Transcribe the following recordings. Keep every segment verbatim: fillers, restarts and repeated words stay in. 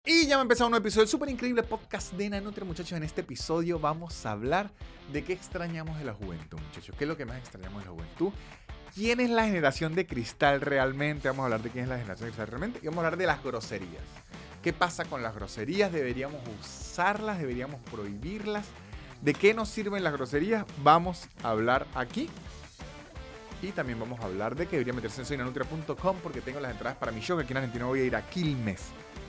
Y ya me ha empezado un nuevo episodio del súper increíble podcast de Nanutria, muchachos. En este episodio vamos a hablar de qué extrañamos de la juventud, muchachos. ¿Qué es lo que más extrañamos de la juventud? ¿Quién es la generación de cristal realmente? Vamos a hablar de quién es la generación de cristal realmente. Y vamos a hablar de las groserías. ¿Qué pasa con las groserías? ¿Deberíamos usarlas? ¿Deberíamos prohibirlas? ¿De qué nos sirven las groserías? Vamos a hablar aquí. Y también vamos a hablar de que debería meterse en soy nanutria punto com porque tengo las entradas para mi show, que aquí en Argentina voy a ir a Quilmes,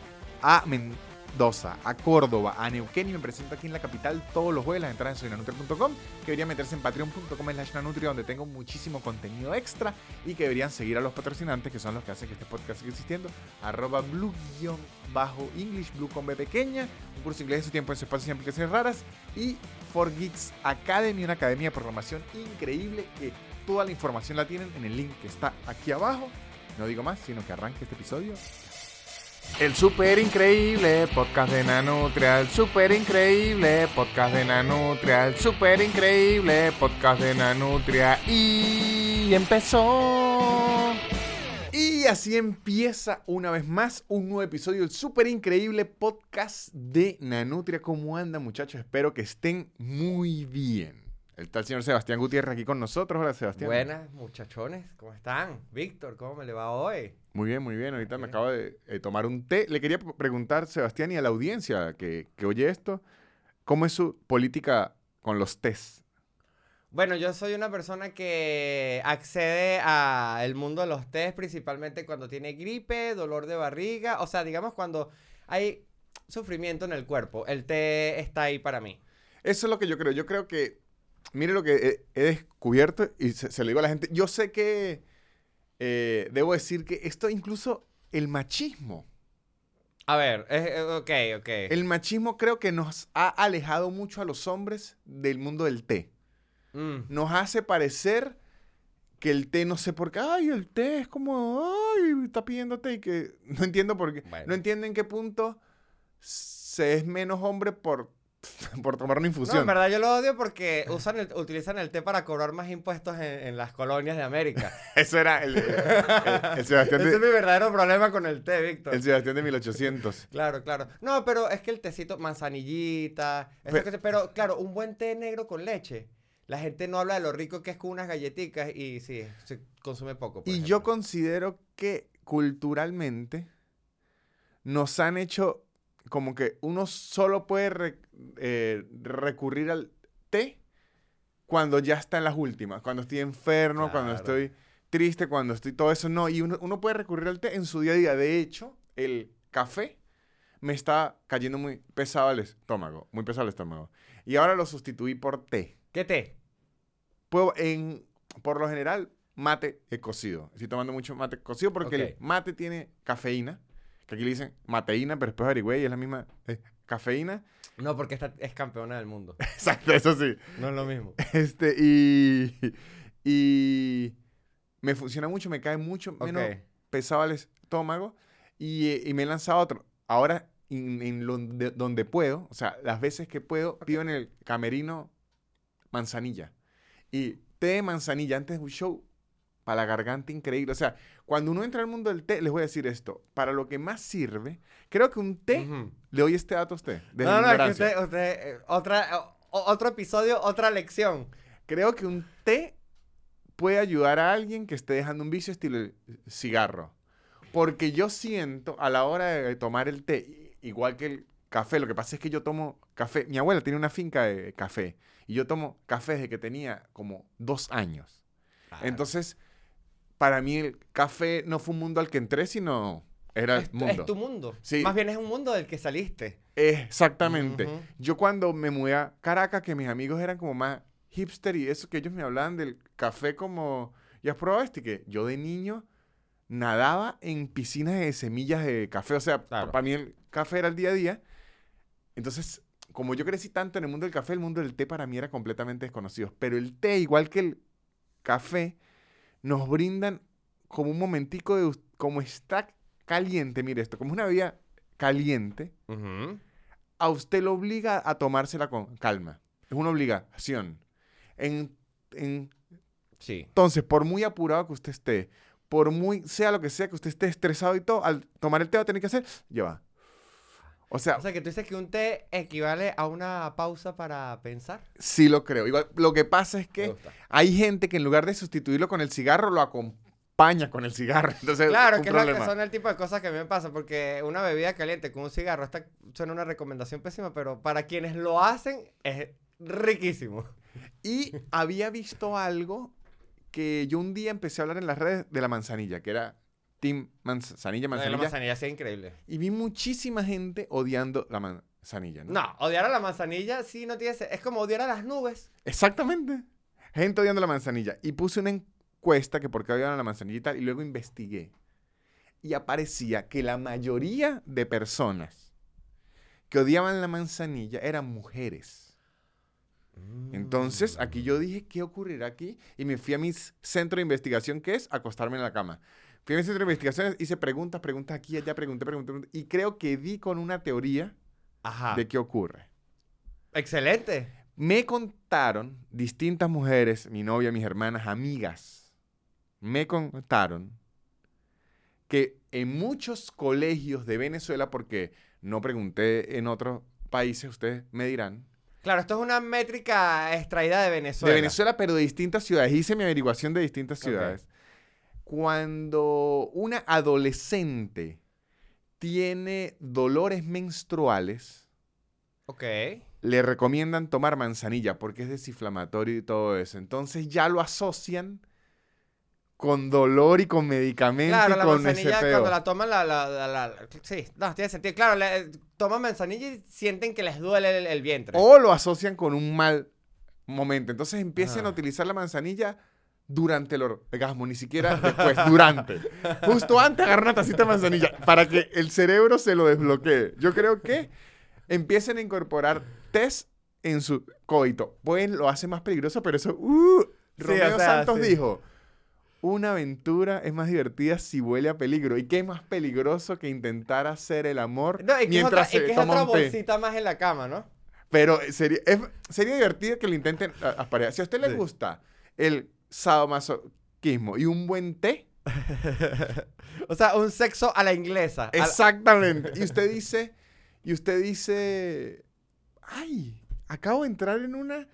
a Mendoza, a Córdoba, a Neuquén, y me presento aquí en la capital todos los jueves. Las entradas en soy nanutria punto com, que deberían meterse en patreon punto com slash nanutria, donde tengo muchísimo contenido extra, y que deberían seguir a los patrocinantes, que son los que hacen que este podcast siga existiendo, arroba blue-english, blue con B pequeña, un curso de inglés en su tiempo, en su espacio, sin aplicaciones raras, y cuatro Geeks Academy, una academia de programación increíble, que toda la información la tienen en el link que está aquí abajo. No digo más, sino que arranque este episodio. El súper increíble podcast de Nanutria, el súper increíble podcast de Nanutria, el súper increíble podcast de Nanutria. Y empezó. Y así empieza una vez más un nuevo episodio del súper increíble podcast de Nanutria. ¿Cómo andan, muchachos? Espero que estén muy bien. Está el señor Sebastián Gutiérrez aquí con nosotros. Hola, Sebastián. Buenas, muchachones. ¿Cómo están? Víctor, ¿cómo me le va hoy? Muy bien, muy bien. Ahorita Muy me bien. acabo de eh, tomar un té. Le quería p- preguntar, Sebastián, y a la audiencia que, que oye esto, ¿cómo es su política con los tés? Bueno, yo soy una persona que accede al mundo de los tés principalmente cuando tiene gripe, dolor de barriga, o sea, digamos cuando hay sufrimiento en el cuerpo. El té está ahí para mí. Eso es lo que yo creo. Yo creo que, mire lo que he, he descubierto, y se, se lo digo a la gente. Yo sé que, eh, debo decir que esto incluso el machismo. A ver, eh, eh, ok, ok. El machismo creo que nos ha alejado mucho a los hombres del mundo del té. Mm, Nos hace parecer que el té, no sé por qué, ay, el té es como, ay, está pidiendo té, y que no entiendo por qué, bueno. no entiendo en qué punto se es menos hombre por, por tomar una No, infusión. en verdad yo lo odio porque usan el- utilizan el té para cobrar más impuestos en, en las colonias de América. Eso era el, el- el- el Sebastián Ese es de, mi verdadero problema con el té, Víctor. el Sebastián de mil ochocientos. Claro, claro. No, pero es que el tecito, manzanillita, eso Pe- que se- pero claro, un buen té negro con leche. La gente no habla de lo rico que es con unas galletitas y sí, se consume poco, por Y yo ejemplo. considero que culturalmente nos han hecho como que uno solo puede re- eh, recurrir al té cuando ya está en las últimas, cuando estoy enfermo, cuando Claro. estoy triste, cuando estoy todo eso, no, y uno, uno puede recurrir al té en su día a día. De hecho, el café me está cayendo muy pesado al estómago, muy pesado al estómago, y ahora lo sustituí por té. ¿Qué té? Puedo, en, por lo general, mate eh, cocido. Estoy tomando mucho mate cocido porque Ok. el mate tiene cafeína, que aquí le dicen mateína, pero después averigüé y es la misma eh, cafeína. No, porque esta es campeona del mundo. Exacto, eso sí. No es lo mismo. Este, y, y me funciona mucho, me cae mucho menos Ok. pesado al estómago, y, eh, y me he lanzado otro. Ahora, en, en lo de- donde puedo, o sea, las veces que puedo, pido en el camerino manzanilla. Y té de manzanilla antes de un show, para la garganta, increíble. O sea, cuando uno entra al mundo del té, les voy a decir esto, para lo que más sirve, creo que un té, Ujú. le doy este dato a usted, desde No, mi no, es que ignorancia. usted, usted, eh, otra, o- o- otro episodio, otra lección. Creo que un té puede ayudar a alguien que esté dejando un vicio estilo el cigarro. Porque yo siento a la hora de tomar el té, i- igual que el café, lo que pasa es que yo tomo café. Mi abuela tiene una finca de café y yo tomo café desde que tenía como dos años. Entonces, para mí el café no fue un mundo al que entré, sino era el es, tu- mundo. es tu mundo. Sí. Más bien es un mundo del que saliste. Exactamente. Ujú. Yo cuando me mudé a Caracas, que mis amigos eran como más hipster y eso, que ellos me hablaban del café como, ¿y has probado este? Que yo de niño nadaba en piscinas de semillas de café. O sea, Claro. para mí el café era el día a día. Entonces, como yo crecí tanto en el mundo del café, el mundo del té para mí era completamente desconocido. Pero el té, igual que el café, nos brindan como un momentico de, us- como está caliente, mire esto, como una bebida caliente, Ujú. a usted lo obliga a tomársela con calma. Es una obligación. En, en- Sí. entonces, por muy apurado que usted esté, por muy, sea lo que sea que usted esté estresado y todo, al tomar el té va a tener que hacer, ya va. O sea, O sea, que tú dices que un té equivale a una pausa para pensar. sí lo creo. Igual, lo que pasa es Me que gusta. hay gente que en lugar de sustituirlo con el cigarro, lo acompaña con el cigarro. Entonces, Claro, un que, es lo que problema. son el tipo de cosas que a mí me pasa, porque una bebida caliente con un cigarro, esta suena una recomendación pésima, pero para quienes lo hacen es riquísimo. Y había visto algo que yo un día empecé a hablar en las redes de la manzanilla, que era Team Manzanilla, No, la Manzanilla. manzanilla sí es increíble. Y vi muchísima gente odiando la manzanilla, ¿no? No, odiar a la manzanilla sí no tiene... se- Es como odiar a las nubes. Exactamente. Gente odiando la manzanilla. Y puse una encuesta que por qué odiaban la manzanilla y tal, y luego investigué. Y aparecía que la mayoría de personas que odiaban la manzanilla eran mujeres. Entonces, aquí yo dije, ¿qué ocurrirá aquí? Y me fui a mi s- centro de investigación, que es acostarme en la cama. Fui a mi centro de investigación, hice preguntas, preguntas aquí, allá, pregunté, pregunté, pregunté, y creo que di con una teoría Ajá. de qué ocurre. Excelente. Me contaron distintas mujeres, mi novia, mis hermanas, amigas, me contaron que en muchos colegios de Venezuela, porque no pregunté en otros países, ustedes me dirán, Claro, esto es una métrica extraída de Venezuela. de Venezuela, pero de distintas ciudades. Hice mi averiguación de distintas Ok. ciudades. Cuando una adolescente tiene dolores menstruales, Ok. le recomiendan tomar manzanilla porque es desinflamatorio y todo eso. Entonces ya lo asocian con dolor y con medicamento Claro, y la con ese manzanilla peo. cuando la toman, la, la, la, la- Sí, no, tiene sentido. Claro, le- toman manzanilla y sienten que les duele el, el vientre. O lo asocian con un mal momento. Entonces empiezan Ajá. a utilizar la manzanilla durante el orgasmo, ni siquiera después, durante. Justo antes agarrar una tacita de manzanilla para que el cerebro se lo desbloquee. Yo creo que empiecen a incorporar test en su coito. Pues lo hace más peligroso, pero eso... Uh, Sí, Romeo o sea, Santos sí. dijo, una aventura es más divertida si huele a peligro. ¿Y qué es más peligroso que intentar hacer el amor No, y que es mientras otra, y se que es toma otra un té? bolsita más en la cama, ¿no? Pero sería, es- sería divertido que lo intenten a, a pareja. Si a usted le Sí. gusta el sadomasoquismo y un buen té, O sea, un sexo a la inglesa. a la- exactamente. Y usted dice, y usted dice, ay, acabo de entrar en una...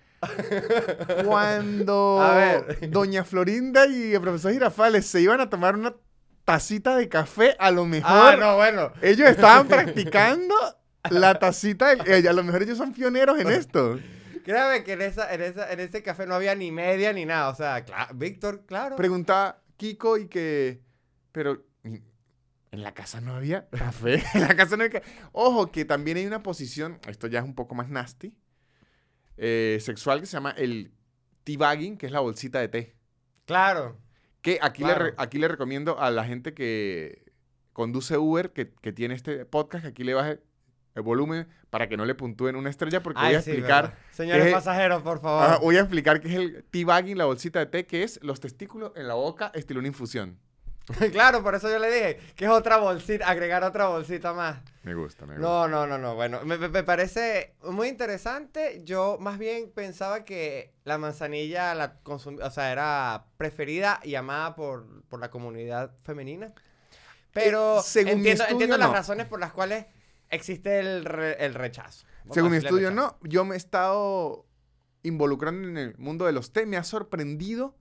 Cuando A ver. doña Florinda y el profesor Girafales se iban a tomar una tacita de café, a lo mejor Ah, no, bueno. ellos estaban practicando la tacita. del- eh, a lo mejor ellos son pioneros en esto. Créame que en, esa, en, esa, en ese café no había ni media ni nada. O sea, cla- Víctor, claro. Preguntaba Kiko y que, pero mm, en la casa no había café. En la casa no había ca- Ojo, que también hay una posición, esto ya es un poco más nasty, eh, sexual, que se llama el teabagging, que es la bolsita de té. Claro. Que aquí, Claro. le, re- aquí le recomiendo a la gente que conduce Uber, que, que tiene este podcast, que aquí le baje el volumen para que no le puntúen una estrella, porque voy Ay, a sí, explicar... ¿verdad? Señores que- pasajeros, por favor. Ajá, voy a explicar qué es el teabagging, la bolsita de té, que es los testículos en la boca, estilo una infusión. Claro, por eso yo le dije que es otra bolsita, agregar otra bolsita más. Me gusta, me gusta. No, no, no, no. Bueno, me, me- me parece muy interesante. Yo más bien pensaba que la manzanilla la consum- o sea, era preferida y amada por, por la comunidad femenina. Pero Eh, según mi entiendo, estudio, entiendo las no. razones por las cuales existe el, re- el rechazo. Vamos Según a mi decirle estudio, rechazo. no. Yo me he estado involucrando en el mundo de los té. Me ha sorprendido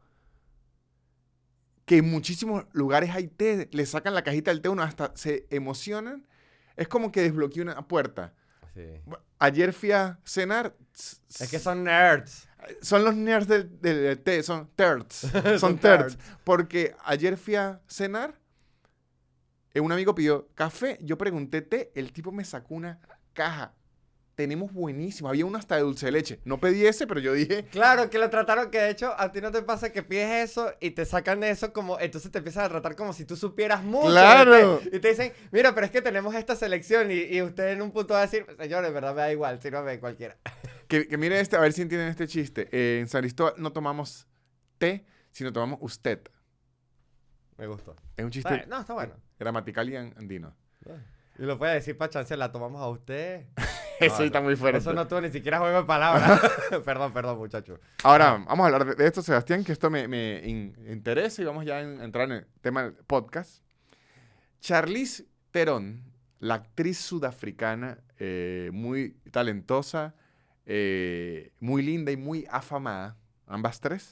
que en muchísimos lugares hay té. Le sacan la cajita del té, uno hasta se emocionan. Es como que desbloqueó una puerta. Sí. Bu- Ayer fui a cenar. Es que son nerds. Son los nerds del, del- del té, son terds. Son, Son terds. terds. Porque ayer fui a cenar. eh, Un amigo pidió café. Yo pregunté té. El tipo me sacó una caja. Tenemos buenísimo. Había uno hasta de dulce de leche. No pedí ese, pero yo dije. Claro, que lo trataron, que de hecho a ti no te pasa que pides eso y te sacan eso como, entonces te empiezan a tratar como si tú supieras mucho. de ¡Claro! té. Y te dicen, mira, pero es que tenemos esta selección y, y usted en un punto va a decir, señor, en verdad me da igual, sírvame cualquiera. Que, que miren este, a ver si entienden este chiste. Eh, en San Cristóbal no tomamos té, sino tomamos usted. Me gustó. Es un chiste Ay, no, está bueno. gramatical y an- andino. Y lo puede decir para chance, la tomamos a usted. Eso No, está muy fuerte. Eso no tuvo ni siquiera juego de palabras. Perdón, perdón, muchacho. Ahora, vamos a hablar de, de esto, Sebastián, que esto me, me in- interesa y vamos ya a en- entrar en el tema del podcast. Charlize Theron la actriz sudafricana, eh, muy talentosa, eh, muy linda y muy afamada, ambas tres,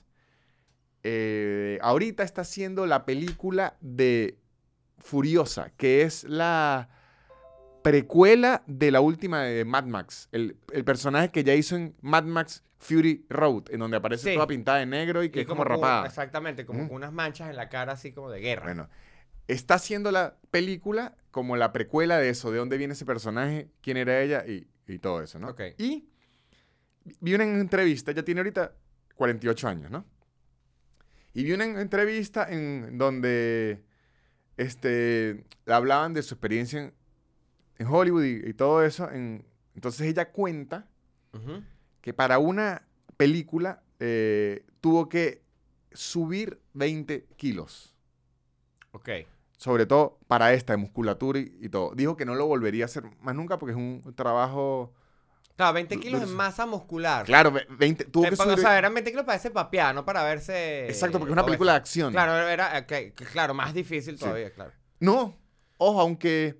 eh, ahorita está haciendo la película de Furiosa, que es la precuela de la última de Mad Max. El, el personaje que ya hizo en Mad Max Fury Road, en donde aparece Sí. toda pintada de negro y que Y es como, con- rapada. exactamente, como Ujú. con unas manchas en la cara así como de guerra. Bueno, está haciendo la película como la precuela de eso, de dónde viene ese personaje, quién era ella y, y todo eso, ¿no? Ok. Y vi una entrevista, ella tiene ahorita cuarenta y ocho años, ¿no? Y vi una entrevista en donde este, hablaban de su experiencia en, en Hollywood y, y todo eso. En, entonces ella cuenta Ujú. que para una película eh, tuvo que subir veinte kilos. Ok. Sobre todo para esta de musculatura y, y todo. Dijo que no lo volvería a hacer más nunca porque es un trabajo... Claro, veinte kilos Duro- en masa muscular. Claro, ve- veinte, tuvo Eh, que pa- subir... O sea, eran veinte kilos para ese papear, no para verse. Exacto, porque es una obeso. película de acción. Claro, era, eh, que- que- claro, más difícil Sí. todavía, claro. No, ojo, aunque...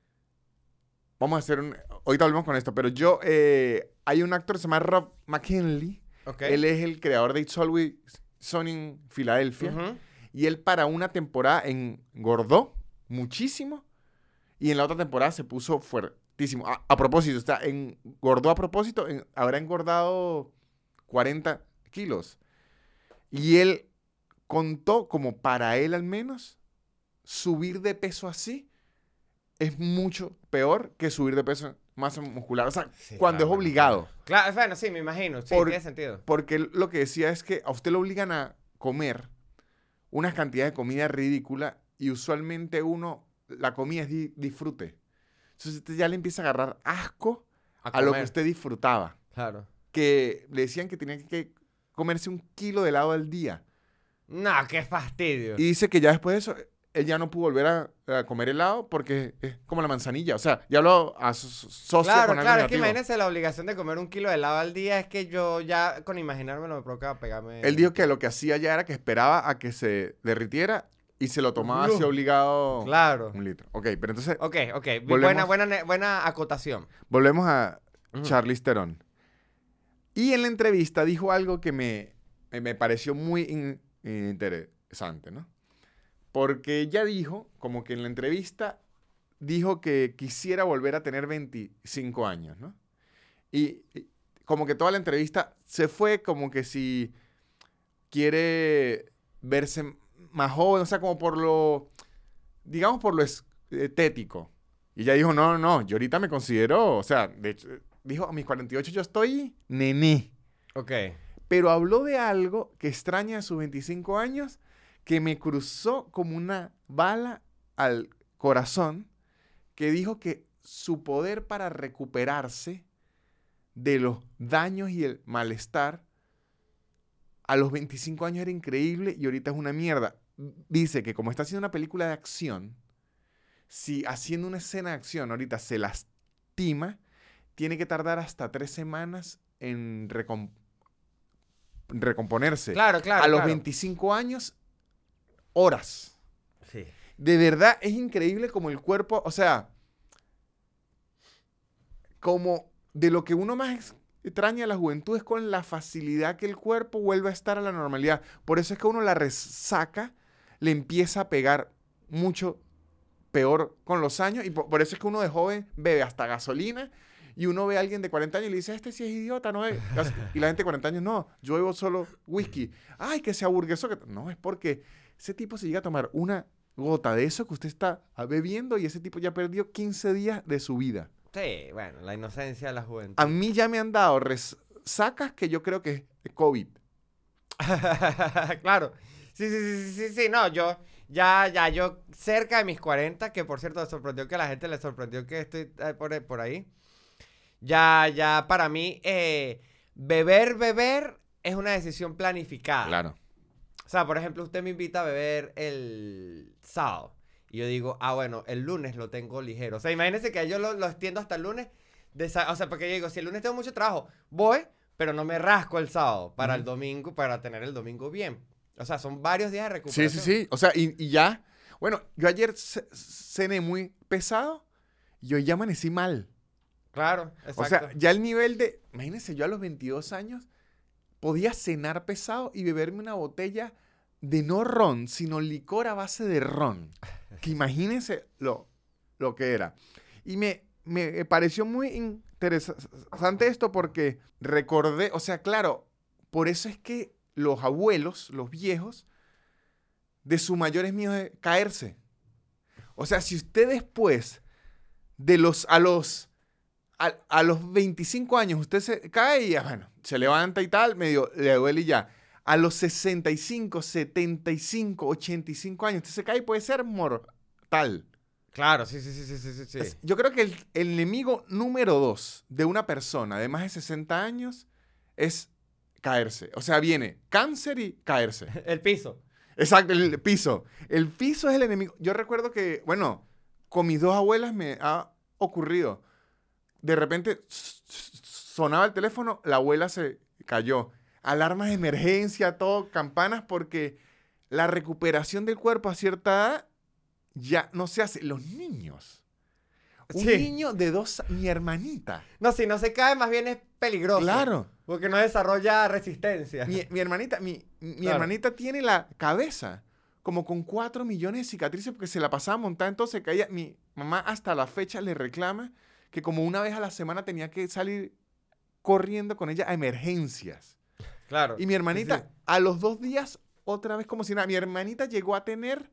Vamos a hacer un... Ahorita volvemos con esto, pero yo... eh, hay un actor que se llama Rob McKinley. Ok. Él es el creador de It's Always Sunny en Filadelfia. Ujú. Y él para una temporada engordó muchísimo. Y en la otra temporada se puso fuertísimo. A, a propósito, o sea, engordó a propósito. en- habrá engordado cuarenta kilos. Y él contó como para él al menos, subir de peso así es mucho peor que subir de peso masa muscular. O sea, Sí, cuando claro, es bueno, obligado. Claro. Claro, bueno, sí, me imagino. Sí, Por- tiene sentido. Porque él lo que decía es que a usted lo obligan a comer unas cantidades de comida ridícula y usualmente uno, la comida es di- disfrute. Entonces usted ya le empieza a agarrar asco A, a lo que comer. usted disfrutaba. Claro. Que le decían que tenía que comerse un kilo de helado al día. No, qué fastidio. Y dice que ya después de eso, él ya no pudo volver a, a comer helado porque es como la manzanilla. O sea, ya lo asocia Claro, con algo claro, es que negativo. imagínense la obligación de comer un kilo de helado al día. Es que yo ya con imaginármelo me provoca pegarme. Él dijo que lo que hacía ya era que esperaba a que se derritiera y se lo tomaba así obligado Claro. un litro. Ok, pero entonces Ok, ok. Volvemos- Buena, buena, ne- buena acotación. volvemos a Ujú. Charlize Theron. Y en la entrevista dijo algo que me, me- me pareció muy in- interesante, ¿no? Porque ella dijo, como que en la entrevista, dijo que quisiera volver a tener veinticinco años, ¿no? Y, y como que toda la entrevista se fue como que si quiere verse más joven, o sea, como por lo, digamos, por lo estético. Y ella dijo, no, no, no, yo ahorita me considero, o sea, de hecho, dijo, a mis cuarenta y ocho yo estoy nené. Ok. Pero habló de algo que extraña de sus veinticinco años que me cruzó como una bala al corazón, que dijo que su poder para recuperarse de los daños y el malestar a los veinticinco años era increíble y ahorita es una mierda. Dice que como está haciendo una película de acción, si haciendo una escena de acción ahorita se lastima, tiene que tardar hasta tres semanas en recom- recomponerse. Claro, claro. a los claro. veinticinco años, horas. Sí. De verdad es increíble como el cuerpo, o sea, como de lo que uno más extraña a la juventud es con la facilidad que el cuerpo vuelve a estar a la normalidad. Por eso es que uno la resaca, le empieza a pegar mucho peor con los años y por, por eso es que uno de joven bebe hasta gasolina y uno ve a alguien de cuarenta años y le dice, este sí es idiota, ¿no? es?". Y la gente de cuarenta años, no, yo bebo solo whisky. Ay, que se aburguesó. Que... No, es porque ese tipo se llega a tomar una gota de eso que usted está bebiendo y ese tipo ya perdió quince días de su vida. Sí, bueno, la inocencia de la juventud. A mí ya me han dado resacas que yo creo que es COVID. Claro. Sí, sí, sí, sí, sí, sí, no, yo ya, ya, yo cerca de mis cuarenta, que por cierto me sorprendió que a la gente le sorprendió que estoy eh, por, por ahí. Ya, ya, para mí, eh, beber, beber es una decisión planificada. Claro. O sea, por ejemplo, usted me invita a beber el sábado. Y yo digo, ah, bueno, el lunes lo tengo ligero. O sea, imagínense que yo lo, lo extiendo hasta el lunes. De sa- o sea, porque yo digo, si el lunes tengo mucho trabajo, voy, pero no me rasco el sábado para Ujú. el domingo, para tener el domingo bien. O sea, son varios días de Sí, recuperación. sí, sí. O sea, y, y ya. Bueno, yo ayer ce- cené muy pesado Y hoy ya amanecí mal. Claro, exacto. O sea, ya el nivel de... Imagínense, yo a los veintidós años podía cenar pesado y beberme una botella de no ron, sino licor a base de ron. Que imagínense lo, lo que era. Y me, me pareció muy interesante esto porque recordé, o sea, claro, por eso es que los abuelos, los viejos, de su mayor miedo es caerse. O sea, si usted después de los, a los, a, a los veinticinco años, usted se cae y ya, bueno, se levanta y tal, medio le duele y ya. A los sesenta y cinco, setenta y cinco, ochenta y cinco años, usted se cae y puede ser mortal. Claro, sí, sí, sí, sí, sí, sí. Es- Yo creo que el, el enemigo número dos de una persona de más de sesenta años es caerse. O sea, viene cáncer y caerse. El piso. Exacto, el piso. El piso es el enemigo. Yo recuerdo que, bueno, con mis dos abuelas me ha ocurrido. De repente s- s- sonaba el teléfono, la abuela se cayó. Alarmas de emergencia, todo, campanas, porque la recuperación del cuerpo a cierta edad ya no se hace. Los niños. Un Sí. niño de dos, mi hermanita. No, si no se cae, más bien es peligroso. Claro. Porque no desarrolla resistencia. Mi, mi hermanita, mi, mi Claro. hermanita tiene la cabeza como con cuatro millones de cicatrices porque se la pasaba montada, entonces se caía. Mi mamá hasta la fecha le reclama que como una vez a la semana tenía que salir corriendo con ella a emergencias. Claro. Y mi hermanita, Sí, sí. a los dos días, otra vez como si nada. Mi hermanita llegó a tener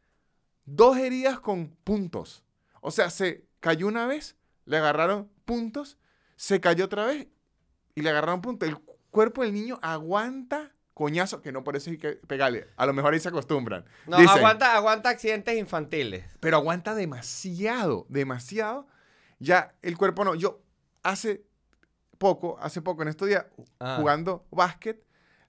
dos heridas con puntos. O sea, se cayó una vez, le agarraron puntos, se cayó otra vez y le agarraron puntos. El cuerpo del niño aguanta coñazo, que no por eso hay que pegarle. A lo mejor ahí se acostumbran. No, Dicen, aguanta, aguanta accidentes infantiles. pero aguanta demasiado, demasiado. Ya el cuerpo no. Yo hace poco, hace poco en estos días, Ah. jugando básquet,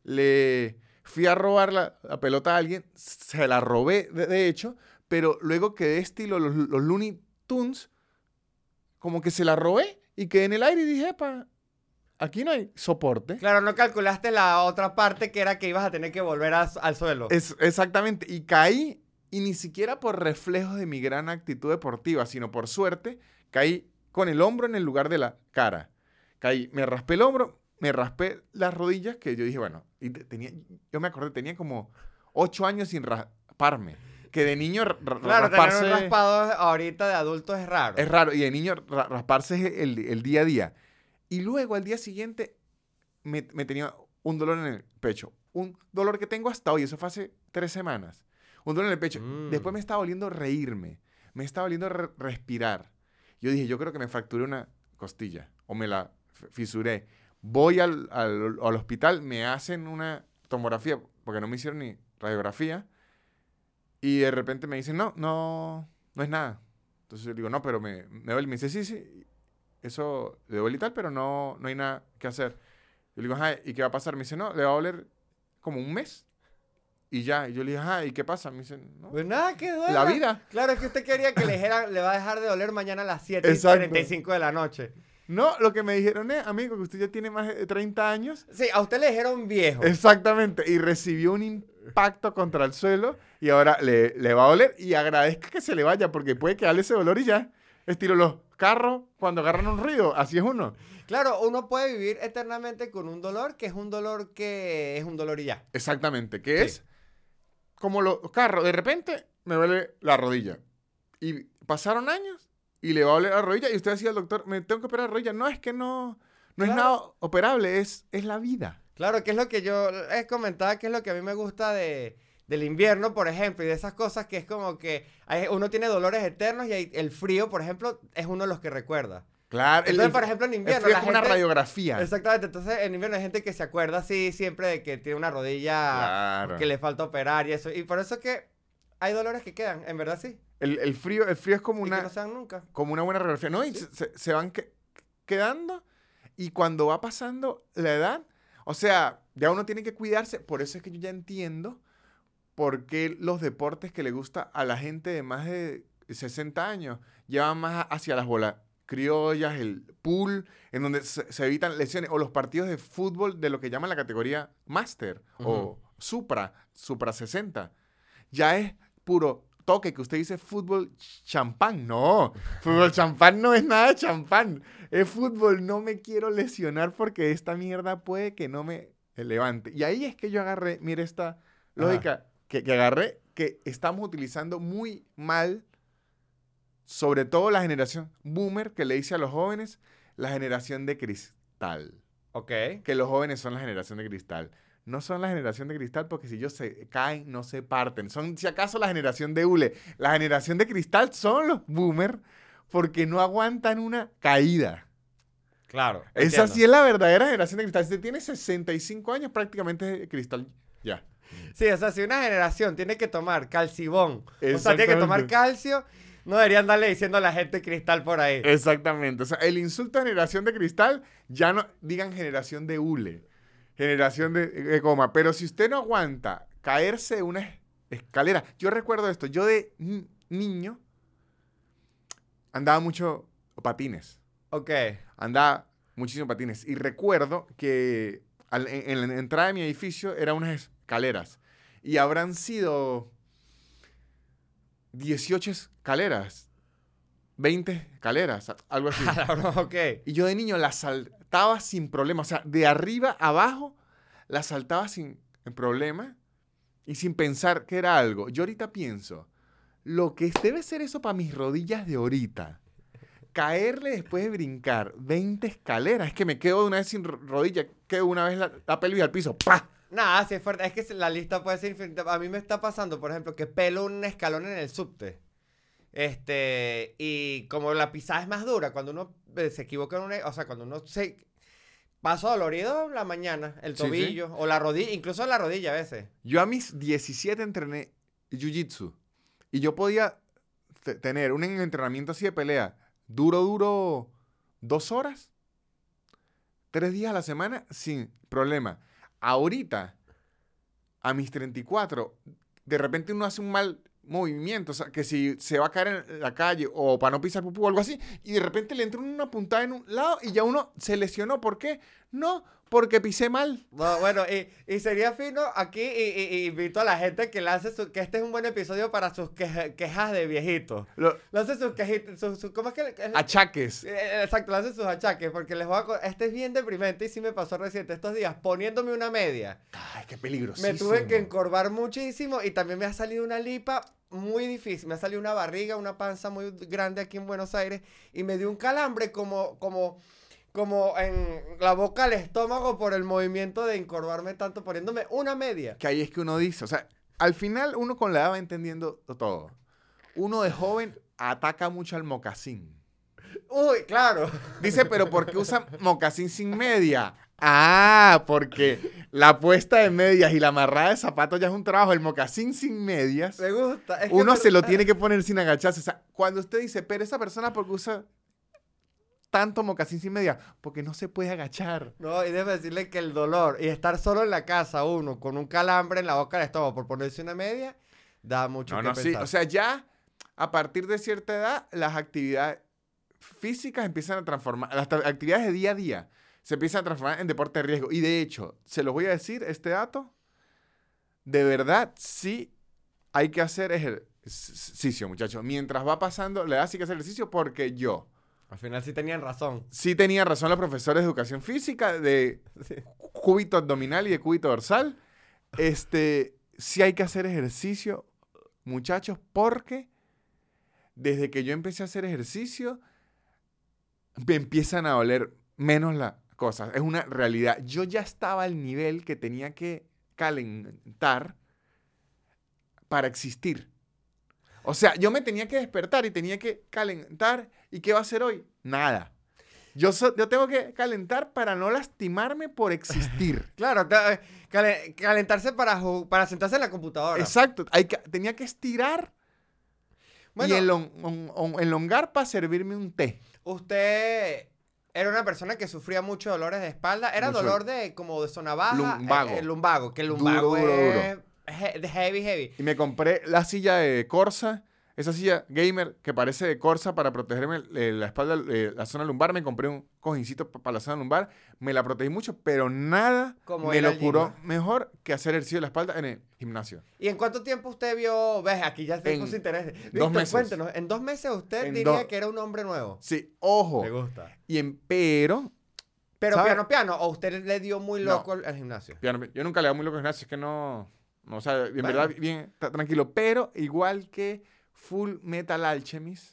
le fui a robar la, la pelota a alguien, se la robé, de, de hecho, pero luego quedé estilo los, los Looney Tunes, como que se la robé y quedé en el aire y dije, epa, aquí no hay soporte. Claro, no calculaste la otra parte que era que ibas a tener que volver a- al suelo. Es, exactamente, y caí, y ni siquiera por reflejos de mi gran actitud deportiva, sino por suerte, caí con el hombro en el lugar de la cara. Caí, me raspé el hombro, me raspé las rodillas, que yo dije, bueno, y te- tenía, yo me acordé, tenía como ocho años sin rasparme. Que de niño ra- ra- Claro, rasparse tener un raspado ahorita de adulto es raro. es raro, y de niño ra- rasparse es el, el día a día. Y luego al día siguiente me, me tenía un dolor en el pecho. Un dolor que tengo hasta hoy, eso fue hace tres semanas. Un dolor en el pecho. Mm. Después me estaba oliendo reírme, me estaba oliendo re- respirar. Yo dije, yo creo que me fracturé una costilla o me la f- fisuré. Voy al, al, al hospital, me hacen una tomografía, porque no me hicieron ni radiografía, y de repente me dicen, no, no, no es nada. Entonces yo digo, no, pero me, me duele. Me dice, sí, sí, eso le duele y tal, pero no, no hay nada que hacer. Yo le digo, ajá, ¿y qué va a pasar? Me dice, no, le va a doler como un mes y ya. Y yo le dije, ajá, ¿y qué pasa? Me dicen, no, Pues nada, que duele. la vida. Claro, es que usted quería que le dijera, le va a dejar de doler mañana a las siete y Exacto. treinta y cinco de la noche. No, lo que me dijeron es, amigo, que usted ya tiene más de treinta años. Sí, a usted le dijeron viejo. Exactamente. Y recibió un impacto contra el suelo y ahora le, le va a doler. Y agradezca que se le vaya porque puede quedarle ese dolor y ya. Estilo los carros cuando agarran un ruido. Así es uno. Claro, uno puede vivir eternamente con un dolor que es un dolor que es un dolor y ya. Exactamente. Que Sí. es como los carros. De repente me duele la rodilla. Y pasaron años y le va a doler la rodilla. Y usted decía al doctor, me tengo que operar la rodilla. No, es que no, no es Claro. nada operable. Es, es la vida. Claro, que es lo que yo he comentado, que es lo que a mí me gusta de, del invierno, por ejemplo, y de esas cosas que es como que hay- uno tiene dolores eternos y hay- el frío, por ejemplo, es uno de los que recuerda. Claro. el- Entonces, el- por ejemplo, en el invierno, frío la es como una gente- radiografía. Exactamente, entonces en invierno hay gente que se acuerda así siempre de que tiene una rodilla Claro. que le falta operar y eso. Y por eso es que hay dolores que quedan, en verdad sí. El, el frío, el frío es como Y una, que no se dan nunca. como una buena radiografía. ¿No? Y se, se- se van que- quedando. Y cuando va pasando la edad, o sea, ya uno tiene que cuidarse. Por eso es que yo ya entiendo por qué los deportes que le gusta a la gente de más de sesenta años llevan más hacia las bolas criollas, el pool, en donde se, se evitan lesiones, o los partidos de fútbol de lo que llaman la categoría Master o Ujú. Supra, Supra sesenta. Ya es puro toque, que usted dice fútbol champán. No, fútbol champán no es nada de champán. Es fútbol, no me quiero lesionar porque esta mierda puede que no me levante. Y ahí es que yo agarré, mire esta lógica que, que agarré, que estamos utilizando muy mal, sobre todo la generación boomer, que le dice a los jóvenes, la generación de cristal. Ok. Que los jóvenes son la generación de cristal. No son la generación de cristal porque si ellos se caen, no se parten. Son, si acaso, la generación de hule. La generación de cristal son los boomers porque no aguantan una caída. Claro. Esa sí es la verdadera generación de cristal. Si usted tiene sesenta y cinco años, prácticamente es cristal ya. Sí, o sea, si una generación tiene que tomar calcibón, o sea, tiene que tomar calcio, no deberían darle diciendo a la gente cristal por ahí. Exactamente. O sea, el insulto a generación de cristal, ya no digan generación de hule. Generación de, de coma. Pero si usted no aguanta caerse de una escalera. Yo recuerdo esto. Yo de ni- niño andaba mucho patines. Ok. Andaba muchísimo patines. Y recuerdo que al- en, en la entrada de mi edificio eran unas escaleras. Y habrán sido dieciocho escaleras. veinte escaleras. Algo así. Ok. Y yo de niño las saltaba sin problema. O sea, de arriba a abajo las saltaba sin problema y sin pensar que era algo. Yo ahorita pienso, lo que debe ser eso para mis rodillas de ahorita. Caerle después de brincar veinte escaleras. Es que me quedo de una vez sin rodilla. Quedo una vez la, la pelvis al piso. ¡Pah! Nada, sí es fuerte. Es que la lista puede ser infinita. A mí me está pasando, por ejemplo, que pelo un escalón en el subte. Este, y como la pisada es más dura, cuando uno eh, se equivoca en una, o sea, cuando uno se paso dolorido la mañana, el Sí, tobillo, sí. o la rodilla, incluso la rodilla a veces. Yo a mis diecisiete entrené jiu-jitsu. Y yo podía t- tener un entrenamiento así de pelea. Duro, duro, dos horas. Tres días a la semana sin problema. Ahorita, a mis treinta y cuatro, de repente uno hace un mal movimiento, o sea, que si se va a caer en la calle o para no pisar pupú o algo así, y de repente le entra una puntada en un lado y ya uno se lesionó. ¿Por qué? No, porque pisé mal. No, bueno, y, y sería fino aquí, y, y- y invito a la gente que lance su, que este es un buen episodio para sus queja- quejas de viejitos. Lo- Lance sus quejitas, sus, sus- ¿cómo es que? le- es- achaques. Eh, Exacto, lance sus achaques, porque les voy a... co- Este es bien deprimente y sí me pasó reciente estos días, poniéndome una media. Ay, qué peligroso. Me tuve que encorvar muchísimo y también me ha salido una lipa muy difícil. Me ha salido una barriga, una panza muy grande aquí en Buenos Aires y me dio un calambre como, como, como en la boca al estómago por el movimiento de encorvarme tanto poniéndome una media. Que ahí es que uno dice, o sea, al final uno con la edad va entendiendo todo. Uno de joven ataca mucho al mocasín. Uy, claro. Dice, pero ¿por qué usa mocasín sin media? Ah, porque la puesta de medias y la amarrada de zapatos ya es un trabajo. El mocasín sin medias, Me gusta. Es que uno me- se lo tiene que poner sin agacharse. O sea, cuando usted dice, pero esa persona, ¿por qué usa tanto mocasín sin media? Porque no se puede agachar. No, y debo decirle que el dolor y estar solo en la casa, uno con un calambre en la boca del estómago por ponerse una media, da mucho No, que no, sí. pensar. O sea, ya a partir de cierta edad, las actividades físicas empiezan a transformar, las tra- actividades de día a día se empiezan a transformar en deporte de riesgo. Y de hecho, se los voy a decir, este dato, de verdad sí hay que hacer ejercicio, muchachos. Mientras va pasando, la edad sí hay que hacer ejercicio porque yo Al final sí tenían razón. sí tenía razón los profesores de educación física de Sí. cúbito abdominal y de cúbito dorsal. Este, sí hay que hacer ejercicio, muchachos, porque desde que yo empecé a hacer ejercicio, me empiezan a doler menos las cosas. Es una realidad. Yo ya estaba al nivel que tenía que calentar para existir. O sea, yo me tenía que despertar y tenía que calentar. ¿Y qué va a hacer hoy? Nada. Yo, so- yo tengo que calentar para no lastimarme por existir. Claro, te- eh, cale- calentarse para, ju- para sentarse en la computadora. Exacto. Hay que- tenía que estirar Bueno, y elon- on- on- elongar para servirme un té. usted era una persona que sufría mucho dolores de espalda. Era Mucho. dolor de como de zona baja. Lumbago. eh, el lumbago, que el Duro, lumbago duro, es he- de heavy, heavy. Y me compré la silla de Corsa, esa silla gamer que parece de Corsa para protegerme eh, la espalda, eh, la zona lumbar. Me compré un cojincito para la zona lumbar. Me la protegí mucho, pero nada Como me ir lo al gym, curó ¿no? mejor que hacer ejercicio de la espalda en el gimnasio. ¿Y en cuánto tiempo usted vio? Ves, aquí ya se En puso interés. dos Víctor, meses. cuéntenos. ¿En dos meses usted En diría do- que era un hombre nuevo? Sí, ojo. Me gusta. Y en, pero, Pero ¿sabe? piano, piano. ¿O usted le dio muy No. loco al, al gimnasio? piano, yo nunca le hago muy loco al gimnasio, es que no, no, o sea, en Bueno. verdad, bien, ta- tranquilo. Pero igual que Full Metal Alchemist,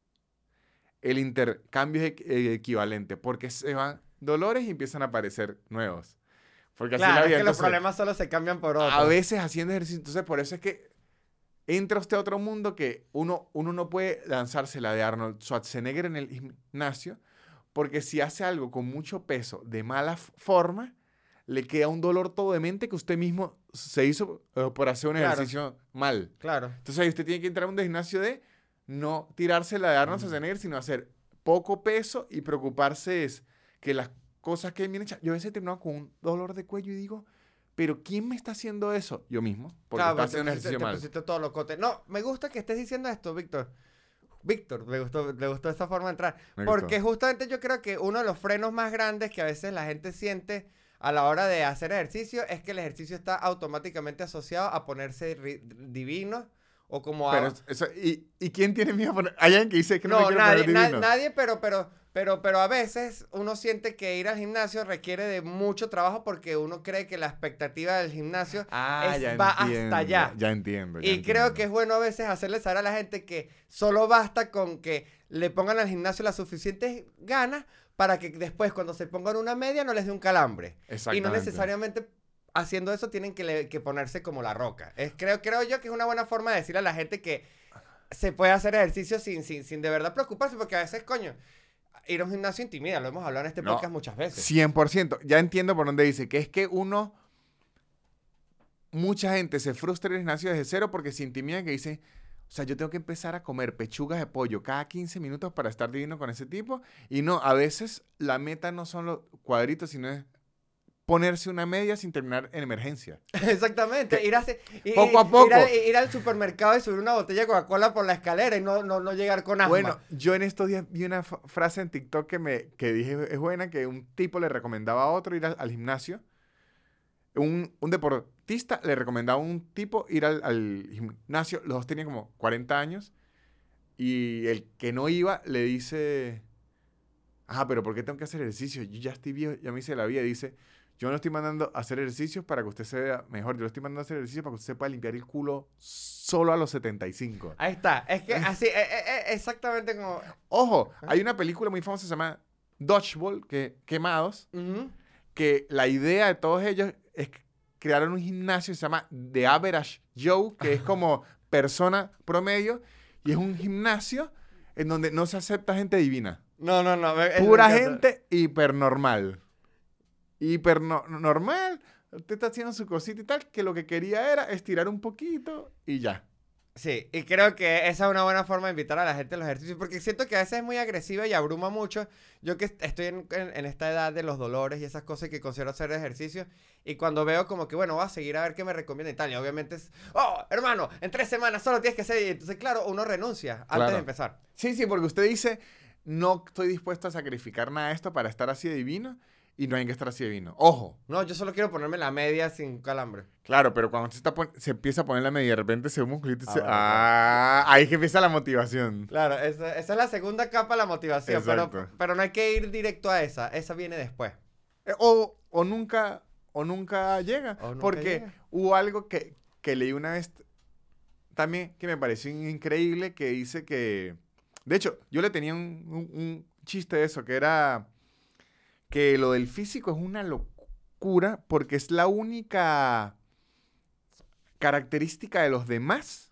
el intercambio es equ- eh, equivalente, porque se van dolores y empiezan a aparecer nuevos. Porque así es la Claro, es vida. que los Entonces, problemas solo se cambian por otros. a veces haciendo ejercicio, entonces por eso es que entra usted a otro mundo que uno, uno no puede lanzarse la de Arnold Schwarzenegger en el gimnasio, porque si hace algo con mucho peso de mala f- forma, le queda un dolor todo de mente que usted mismo se hizo eh, por hacer un Claro. ejercicio mal. Claro. Entonces ahí usted tiene que entrar a un gimnasio de no tirarse la de Arnold Mm. Schwarzenegger, sino hacer poco peso y preocuparse es que las cosas que bien hechas. Yo a veces termino con un dolor de cuello y digo, ¿pero quién me está haciendo eso? Yo mismo, porque Claro, está pero te haciendo un pusiste- ejercicio te mal. pusiste todo locote. No, me gusta que estés diciendo esto, Víctor. Víctor, me gustó, me gustó esa forma de entrar. Me Porque gustó. justamente yo creo que uno de los frenos más grandes que a veces la gente siente a la hora de hacer ejercicio es que el ejercicio está automáticamente asociado a ponerse ri- divino o como a... Pero es- eso, ¿y, ¿y quién tiene miedo a poner? Hay alguien que dice que no, me No, quiero nadie, poner na- divino. nadie, pero, pero, pero, pero a veces uno siente que ir al gimnasio requiere de mucho trabajo porque uno cree que la expectativa del gimnasio Ah, es- ya va hasta entiendo, allá. Ya entiendo. ya Y creo entiendo. que es bueno a veces hacerle saber a la gente que solo basta con que le pongan al gimnasio las suficientes ganas para que después cuando se pongan una media no les dé un calambre. Y no Exactamente. necesariamente haciendo eso tienen que, le- que ponerse como la roca. Es, creo, creo yo que es una buena forma de decirle a la gente que se puede hacer ejercicio sin, sin, sin de verdad preocuparse, porque a veces, coño, ir a un gimnasio intimida, lo hemos hablado en este No, podcast muchas veces. cien por ciento. Ya entiendo por dónde dice, que es que uno, mucha gente se frustra en el gimnasio desde cero porque se intimida que dice, o sea, yo tengo que empezar a comer pechugas de pollo cada quince minutos para estar divino con ese tipo. Y no, a veces la meta no son los cuadritos, sino es ponerse una media sin terminar en emergencia. Exactamente. Que Ir, a hacer- i- poco a i- poco. Ir al, ir al supermercado y subir una botella de Coca-Cola por la escalera y no, no, no llegar con asma. Bueno, yo en estos días vi una f- frase en TikTok que me que dije es buena, que un tipo le recomendaba a otro ir al, al gimnasio. Un, un deportista le recomendaba a un tipo ir al, al gimnasio. Los dos tenían como cuarenta años. Y el que no iba le dice, ah, pero ¿por qué tengo que hacer ejercicio? Yo ya estoy viejo, ya me hice la vida. Y dice, yo no estoy mandando a hacer ejercicios para que usted se vea mejor. Yo lo estoy mandando a hacer ejercicio para que usted pueda limpiar el culo solo a los setenta y cinco. Ahí está. Es que así, eh, eh, eh, exactamente como... Ojo, hay una película muy famosa que se llama Dodgeball, que Quemados, Ujú. que la idea de todos ellos es que crearon un gimnasio que se llama The Average Joe, que es como persona promedio, y es un gimnasio en donde no se acepta gente divina. No, no, no. me- eso me Pura encanta. gente hipernormal. Hipernormal. Usted está haciendo su cosita y tal, que lo que quería era estirar un poquito y ya. Sí, y creo que esa es una buena forma de invitar a la gente a los ejercicios, porque siento que a veces es muy agresiva y abruma mucho. Yo que est- estoy en, en- en esta edad de los dolores y esas cosas que considero hacer ejercicio, y cuando veo como que, bueno, voy a seguir a ver qué me recomienda y tal, y obviamente es, oh, hermano, en tres semanas solo tienes que hacer, y entonces, claro, uno renuncia antes Claro. de empezar. Sí, sí, porque usted dice, no estoy dispuesto a sacrificar nada de esto para estar así de divino, y no hay que estar así de divino. Ojo, No, yo solo quiero ponerme la media sin calambre. claro, pero cuando se, está pon- se empieza a poner la media y de repente se ve un musculito y Ah, se- bueno, ah, ahí es que empieza la motivación. Claro, esa, esa es la segunda capa de la motivación, pero, Exacto. pero no hay que ir directo a esa, esa viene después. Eh, O, o nunca, o nunca llega. O nunca porque llega. hubo algo que, que leí una vez también que me pareció increíble, que dice que... De hecho, yo le tenía un, un- un chiste de eso, que era que lo del físico es una locura porque es la única característica de los demás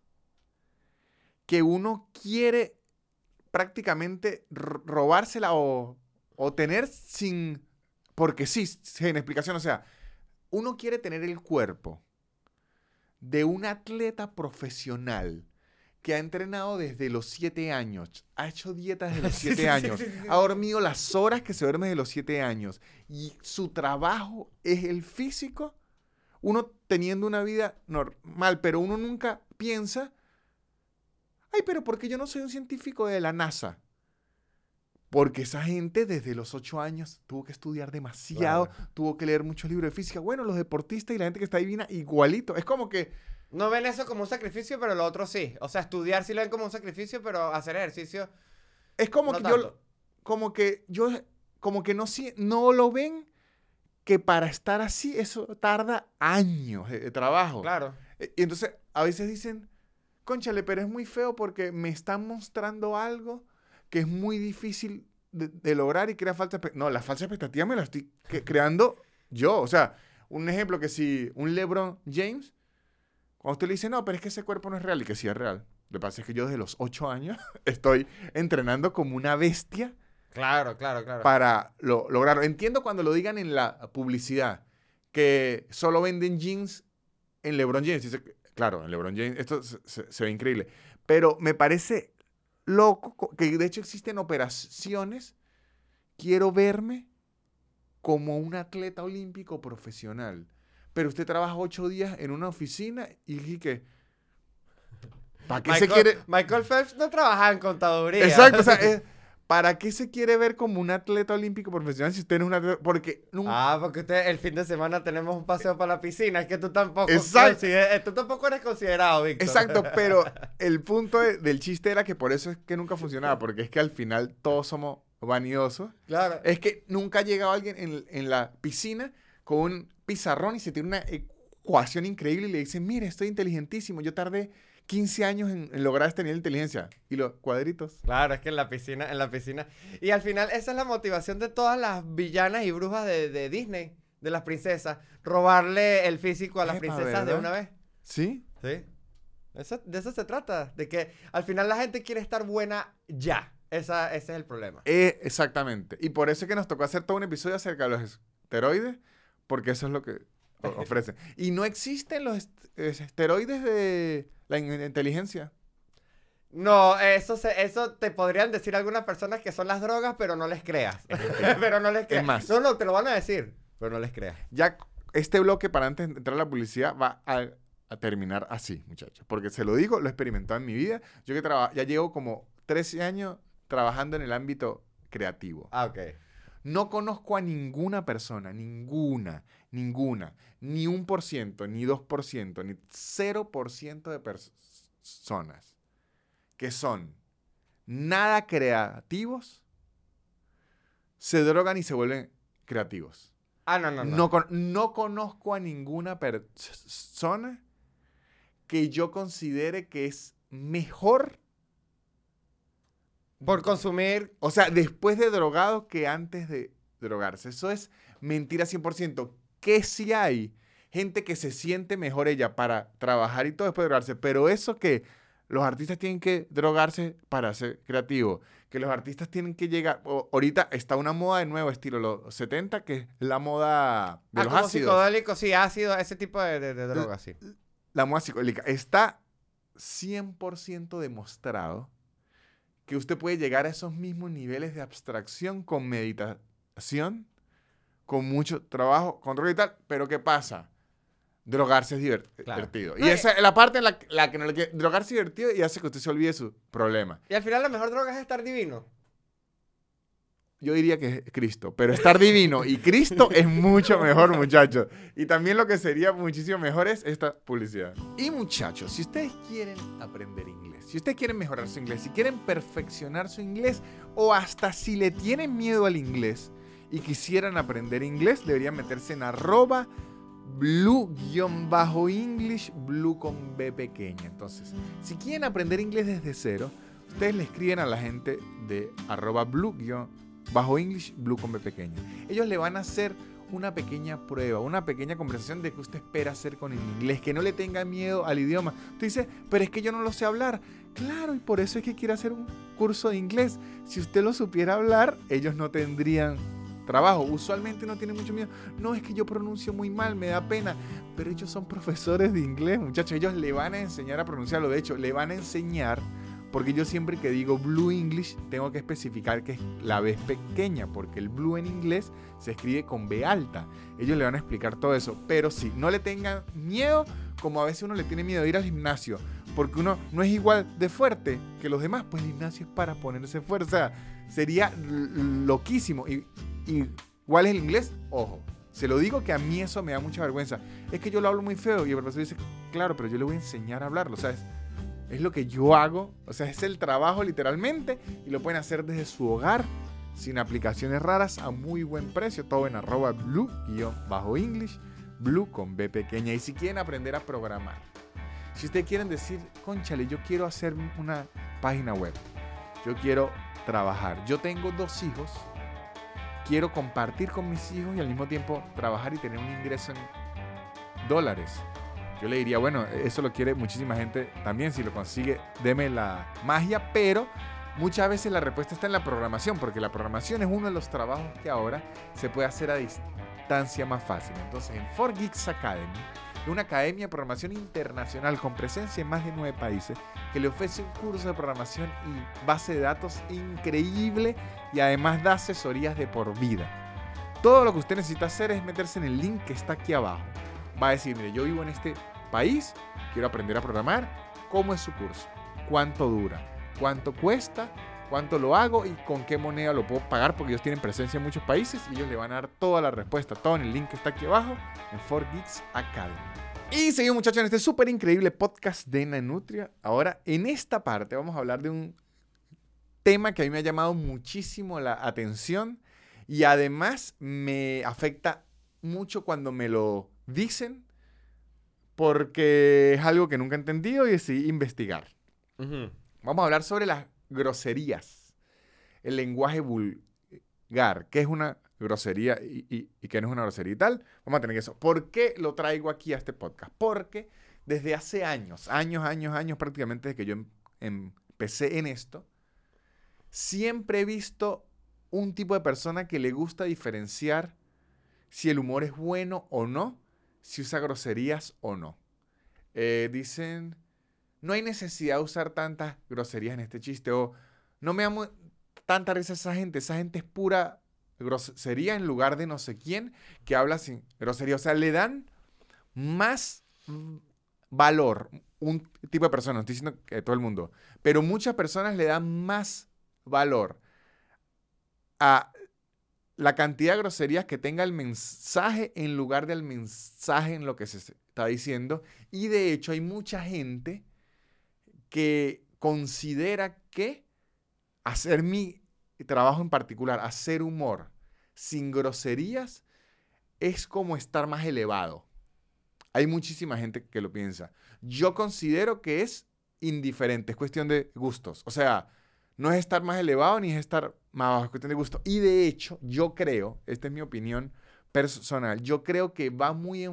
que uno quiere prácticamente r- robársela o, o tener sin... Porque sí, sin explicación. O sea, uno quiere tener el cuerpo de un atleta profesional que ha entrenado desde los siete años, ha hecho dietas desde los Sí, siete sí, sí, años, sí, sí, sí. ha dormido las horas que se duerme desde los siete años y su trabajo es el físico, uno teniendo una vida normal, pero uno nunca piensa, Ay, pero ¿por qué yo no soy un científico de la NASA? Porque esa gente desde los ocho años tuvo que estudiar demasiado, Claro. tuvo que leer muchos libros de física. Bueno, los deportistas y la gente que está divina, igualito. Es como que, No ven eso como un sacrificio, pero lo otro sí. O sea, estudiar sí lo ven como un sacrificio, pero hacer ejercicio es como no que tanto. yo, como que yo, como que no, si- no lo ven que para estar así eso tarda años de, de trabajo. Claro. E- Y entonces a veces dicen, cónchale, pero es muy feo porque me están mostrando algo que es muy difícil de, de lograr y crea falsa expectativa. No, la falsa expectativa me la estoy que- creando yo. O sea, un ejemplo que si un LeBron James, cuando usted le dice, no, pero es que ese cuerpo no es real y que sí es real. Lo que pasa es que yo desde los ocho años estoy entrenando como una bestia Claro, claro, claro. para lo- lograrlo. Entiendo cuando lo digan en la publicidad, que solo venden jeans en LeBron James. Dice, claro, en LeBron James esto se, se- se ve increíble. Pero me parece loco co- que de hecho existen operaciones. Quiero verme como un atleta olímpico profesional. Pero usted trabaja ocho días en una oficina y dije que... ¿Para qué se Michael, quiere...? Michael Phelps no trabajaba en contaduría. Exacto, o sea, es- ¿para qué se quiere ver como un atleta olímpico profesional si usted no es un atleta? Porque nunca... Ah, porque usted el fin de semana tenemos un paseo para la piscina. Es que tú tampoco. Exacto. consider- eh, Tú tampoco eres considerado, Víctor. Exacto, pero el punto de- del chiste era que por eso es que nunca funcionaba, porque es que al final todos somos vanidosos. Claro. Es que nunca ha llegado alguien en, en la piscina con un pizarrón y se tiene una ecuación increíble y le dicen, mire, estoy inteligentísimo, yo tardé quince años en, en lograr este nivel de inteligencia. Y los cuadritos. Claro, es que en la piscina, en la piscina. Y al final esa es la motivación de todas las villanas y brujas de, de Disney, de las princesas. Robarle el físico a las Epa, princesas de ¿verdad? una vez. ¿Sí? Sí. Eso- de eso se trata. De que al final la gente quiere estar buena ya. Esa, ese es el problema. Eh, exactamente. Y por eso es que nos tocó hacer todo un episodio acerca de los esteroides, porque eso es lo que o- ofrecen. Y no existen los est- es- esteroides de la in- inteligencia. No, eso, se, eso te podrían decir algunas personas que son las drogas, pero no les creas. pero no les creas. más. No, no, te lo van a decir, pero no les creas. Ya este bloque, para antes de entrar a la publicidad, va a, a terminar así, muchachos. Porque se lo digo, lo he experimentado en mi vida. Yo que traba- ya llevo como trece años trabajando en el ámbito creativo. Ah, ok. No conozco a ninguna persona, ninguna, ninguna, ni un por ciento, ni dos por ciento, ni cero por ciento de pers- personas que son nada creativos, se drogan y se vuelven creativos. Ah, no, no, no. No, con- no conozco a ninguna per- persona que yo considere que es mejor, Por consumir. o sea, después de drogado que antes de drogarse. Eso es mentira cien por ciento. Que sí hay gente que se siente mejor ella para trabajar y todo después de drogarse, pero eso que los artistas tienen que drogarse para ser creativos, que los artistas tienen que llegar... o- ahorita está una moda de nuevo, estilo los setenta, que es la moda de Ah, los como ácidos. psicodélicos, sí, ácido, ese tipo de, de, de drogas, sí. La moda psicodélica. Está cien por ciento demostrado que usted puede llegar a esos mismos niveles de abstracción con meditación, con mucho trabajo, control y tal. Pero ¿qué pasa? Drogarse es divert- Claro. divertido. No, Y y- esa es la parte en la, la que no le quiere. Drogarse es divertido y hace que usted se olvide su problema. Y al final la mejor droga es estar divino. Yo diría que es Cristo, pero estar divino y Cristo es mucho mejor, muchachos. Y también lo que sería muchísimo mejor es esta publicidad. Y muchachos, si ustedes quieren aprender inglés, si ustedes quieren mejorar su inglés, si quieren perfeccionar su inglés o hasta si le tienen miedo al inglés y quisieran aprender inglés, deberían meterse en arroba blue-english, blue con B pequeña. Entonces, si quieren aprender inglés desde cero, ustedes le escriben a la gente de arroba blue-english, blue con B pequeña. Ellos le van a hacer una pequeña prueba, una pequeña conversación de qué usted espera hacer con el inglés, que no le tenga miedo al idioma. Usted dice, pero es que yo no lo sé hablar. Claro, y por eso es que quiere hacer un curso de inglés. Si usted lo supiera hablar, ellos no tendrían trabajo. Usualmente no tienen mucho miedo. No, es que yo pronuncio muy mal, me da pena. Pero ellos son profesores de inglés, muchachos. Ellos le van a enseñar a pronunciarlo. De hecho, le van a enseñar, porque yo siempre que digo Blue English, tengo que especificar que es la B es pequeña, porque el Blue en inglés se escribe con B alta. Ellos le van a explicar todo eso. Pero sí, no le tengan miedo, como a veces uno le tiene miedo de ir al gimnasio. porque uno no es igual de fuerte que los demás, pues el gimnasio es para ponerse fuerte. O sea, sería loquísimo. Y, y ¿cuál es el inglés? Ojo, se lo digo que a mí eso me da mucha vergüenza. Es que yo lo hablo muy feo y el profesor dice, claro, pero yo le voy a enseñar a hablarlo, ¿sabes? Es lo que yo hago, o sea, es el trabajo literalmente y lo pueden hacer desde su hogar, sin aplicaciones raras, a muy buen precio, todo en arroba blue-english, blue con B pequeña. Y si quieren aprender a programar, si ustedes quieren decir, cónchale, yo quiero hacer una página web, yo quiero trabajar, yo tengo dos hijos, quiero compartir con mis hijos y al mismo tiempo trabajar y tener un ingreso en dólares. Yo le diría, bueno, eso lo quiere muchísima gente también, si lo consigue, deme la magia, pero muchas veces la respuesta está en la programación, porque la programación es uno de los trabajos que ahora se puede hacer a distancia más fácil. Entonces, en cuatro Geeks Academy, una academia de programación internacional con presencia en más de nueve países, que le ofrece un curso de programación y base de datos increíble y además da asesorías de por vida. Todo lo que usted necesita hacer es meterse en el link que está aquí abajo. Va a decir, mire, yo vivo en este país, quiero aprender a programar, ¿cómo es su curso? ¿Cuánto dura? ¿Cuánto cuesta? ¿Cuánto lo hago? ¿Y con qué moneda lo puedo pagar? Porque ellos tienen presencia en muchos países y ellos le van a dar toda la respuesta, todo en el link que está aquí abajo, en cuatro Geeks Academy. Y seguimos, muchachos, en este súper increíble podcast de Nanutria. Ahora, en esta parte vamos a hablar de un tema que a mí me ha llamado muchísimo la atención y además me afecta mucho cuando me lo dicen, porque es algo que nunca he entendido y decidí investigar. Uh-huh. Vamos a hablar sobre las groserías, el lenguaje vulgar, qué es una grosería y, y, y qué no es una grosería y tal. Vamos a tener que eso. ¿Por qué lo traigo aquí a este podcast? Porque desde hace años, años, años, años, prácticamente desde que yo em, empecé en esto, siempre he visto un tipo de persona que le gusta diferenciar si el humor es bueno o no, si usa groserías o no. Eh, dicen, no hay necesidad de usar tantas groserías en este chiste, o no me amo tanta risa esa gente, esa gente es pura grosería en lugar de no sé quién que habla sin grosería. O sea, le dan más valor un tipo de persona, no estoy diciendo que todo el mundo, pero muchas personas le dan más valor a la cantidad de groserías que tenga el mensaje en lugar del mensaje en lo que se está diciendo. Y de hecho hay mucha gente que considera que hacer mi trabajo en particular, hacer humor sin groserías, es como estar más elevado. Hay muchísima gente que lo piensa. Yo considero que es indiferente, es cuestión de gustos. O sea, no es estar más elevado ni es estar más bajo, es cuestión de gusto. Y de hecho, yo creo, esta es mi opinión personal, yo creo que va muy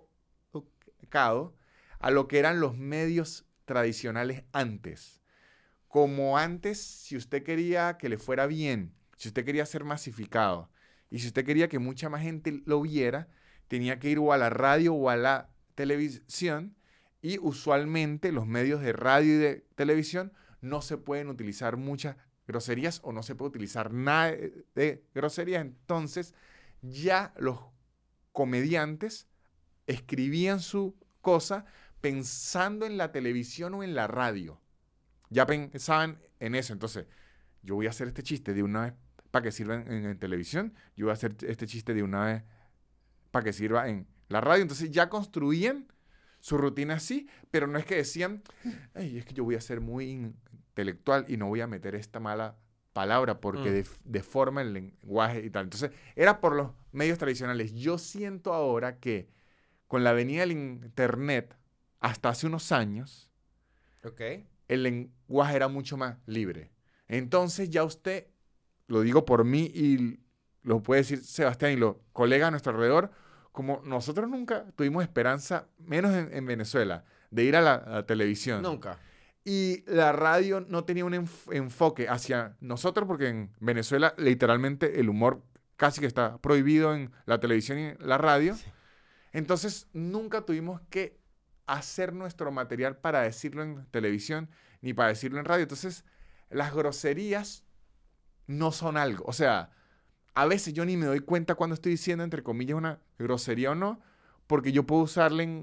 enfocado a lo que eran los medios tradicionales antes. Como antes, si usted quería que le fuera bien, si usted quería ser masificado y si usted quería que mucha más gente lo viera, tenía que ir o a la radio o a la televisión, y usualmente los medios de radio y de televisión no se pueden utilizar muchas groserías o no se puede utilizar nada de groserías. Entonces ya los comediantes escribían su cosa pensando en la televisión o en la radio. Ya pensaban en eso. Entonces, yo voy a hacer este chiste de una vez para que sirva en, en, en televisión. Yo voy a hacer este chiste de una vez para que sirva en la radio. Entonces ya construían su rutina así, pero no es que decían, ay, es que yo voy a ser muy intelectual y no voy a meter esta mala palabra porque mm. def- deforma el lenguaje y tal. Entonces, era por los medios tradicionales. Yo siento ahora que con la venida del internet, hasta hace unos años, okay, el lenguaje era mucho más libre. Entonces, ya usted, lo digo por mí y lo puede decir Sebastián y los colegas a nuestro alrededor, como nosotros nunca tuvimos esperanza, menos en, en Venezuela, de ir a la, a la televisión. Nunca. Y la radio no tenía un enf- enfoque hacia nosotros, porque en Venezuela literalmente el humor casi que está prohibido en la televisión y en la radio. Sí. Entonces nunca tuvimos que hacer nuestro material para decirlo en televisión ni para decirlo en radio. Entonces las groserías no son algo. O sea, a veces yo ni me doy cuenta cuando estoy diciendo, entre comillas, una grosería o no, porque yo puedo usarla en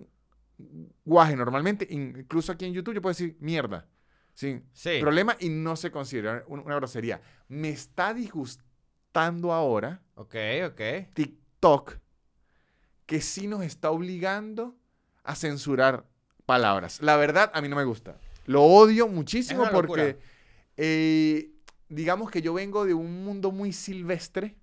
lenguaje normalmente, incluso aquí en YouTube yo puedo decir mierda, sin Sí. problema y no se considera un- una grosería. Me está disgustando ahora Ok, ok. TikTok, que sí nos está obligando a censurar palabras. La verdad, a mí no me gusta. Lo odio muchísimo Es una locura. porque, eh, digamos que yo vengo de un mundo muy silvestre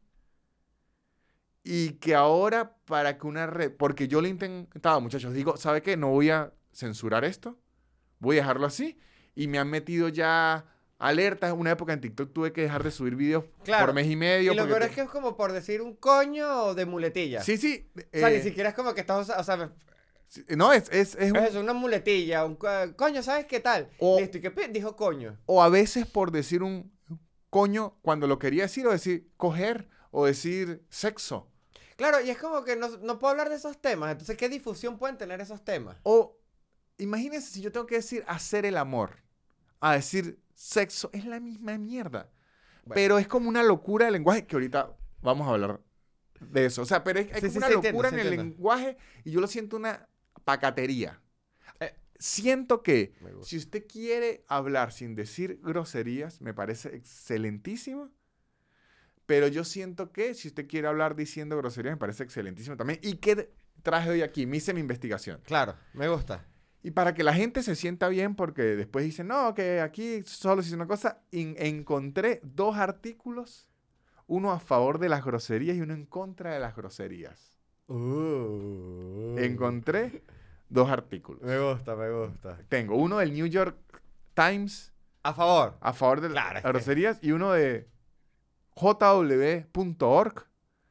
y que ahora para que una red, porque yo lo he intentado, muchachos, digo, ¿sabe qué? No voy a censurar esto, voy a dejarlo así y me han metido ya alertas. Una época en TikTok tuve que dejar de subir videos Claro. por mes y medio. Y lo porque peor te- es que es como por decir un coño de muletilla. Sí, sí. O sea, eh, ni siquiera es como que estás usando, o sea, sí, no, es, es, es un- es eso, una muletilla, un co- coño, ¿sabes qué tal? O- Listo, ¿y qué pi- dijo coño? o a veces por decir un coño cuando lo quería decir, o decir coger, o decir sexo. Claro, y es como que no, no puedo hablar de esos temas. Entonces, ¿qué difusión pueden tener esos temas? O imagínense si yo tengo que decir hacer el amor, a decir sexo, es la misma mierda. Bueno. Pero es como una locura el lenguaje que ahorita vamos a hablar de eso. O sea, pero es, es Sí, como sí, una sí, locura entiendo, sí en el entiendo. lenguaje y yo lo siento una pacatería. Eh. Siento que Me gusta. si usted quiere hablar sin decir groserías, me parece excelentísimo. Pero yo siento que si usted quiere hablar diciendo groserías, me parece excelentísimo también. ¿Y qué traje hoy aquí? Me hice mi investigación. Claro, me gusta. Y para que la gente se sienta bien, porque después dicen, no, que aquí solo se hizo una cosa, en- encontré dos artículos, uno a favor de las groserías y uno en contra de las groserías. Uh. Encontré dos artículos. Me gusta, me gusta. Tengo uno del New York Times A favor. a favor de Claro, las es que- groserías y uno de J W punto org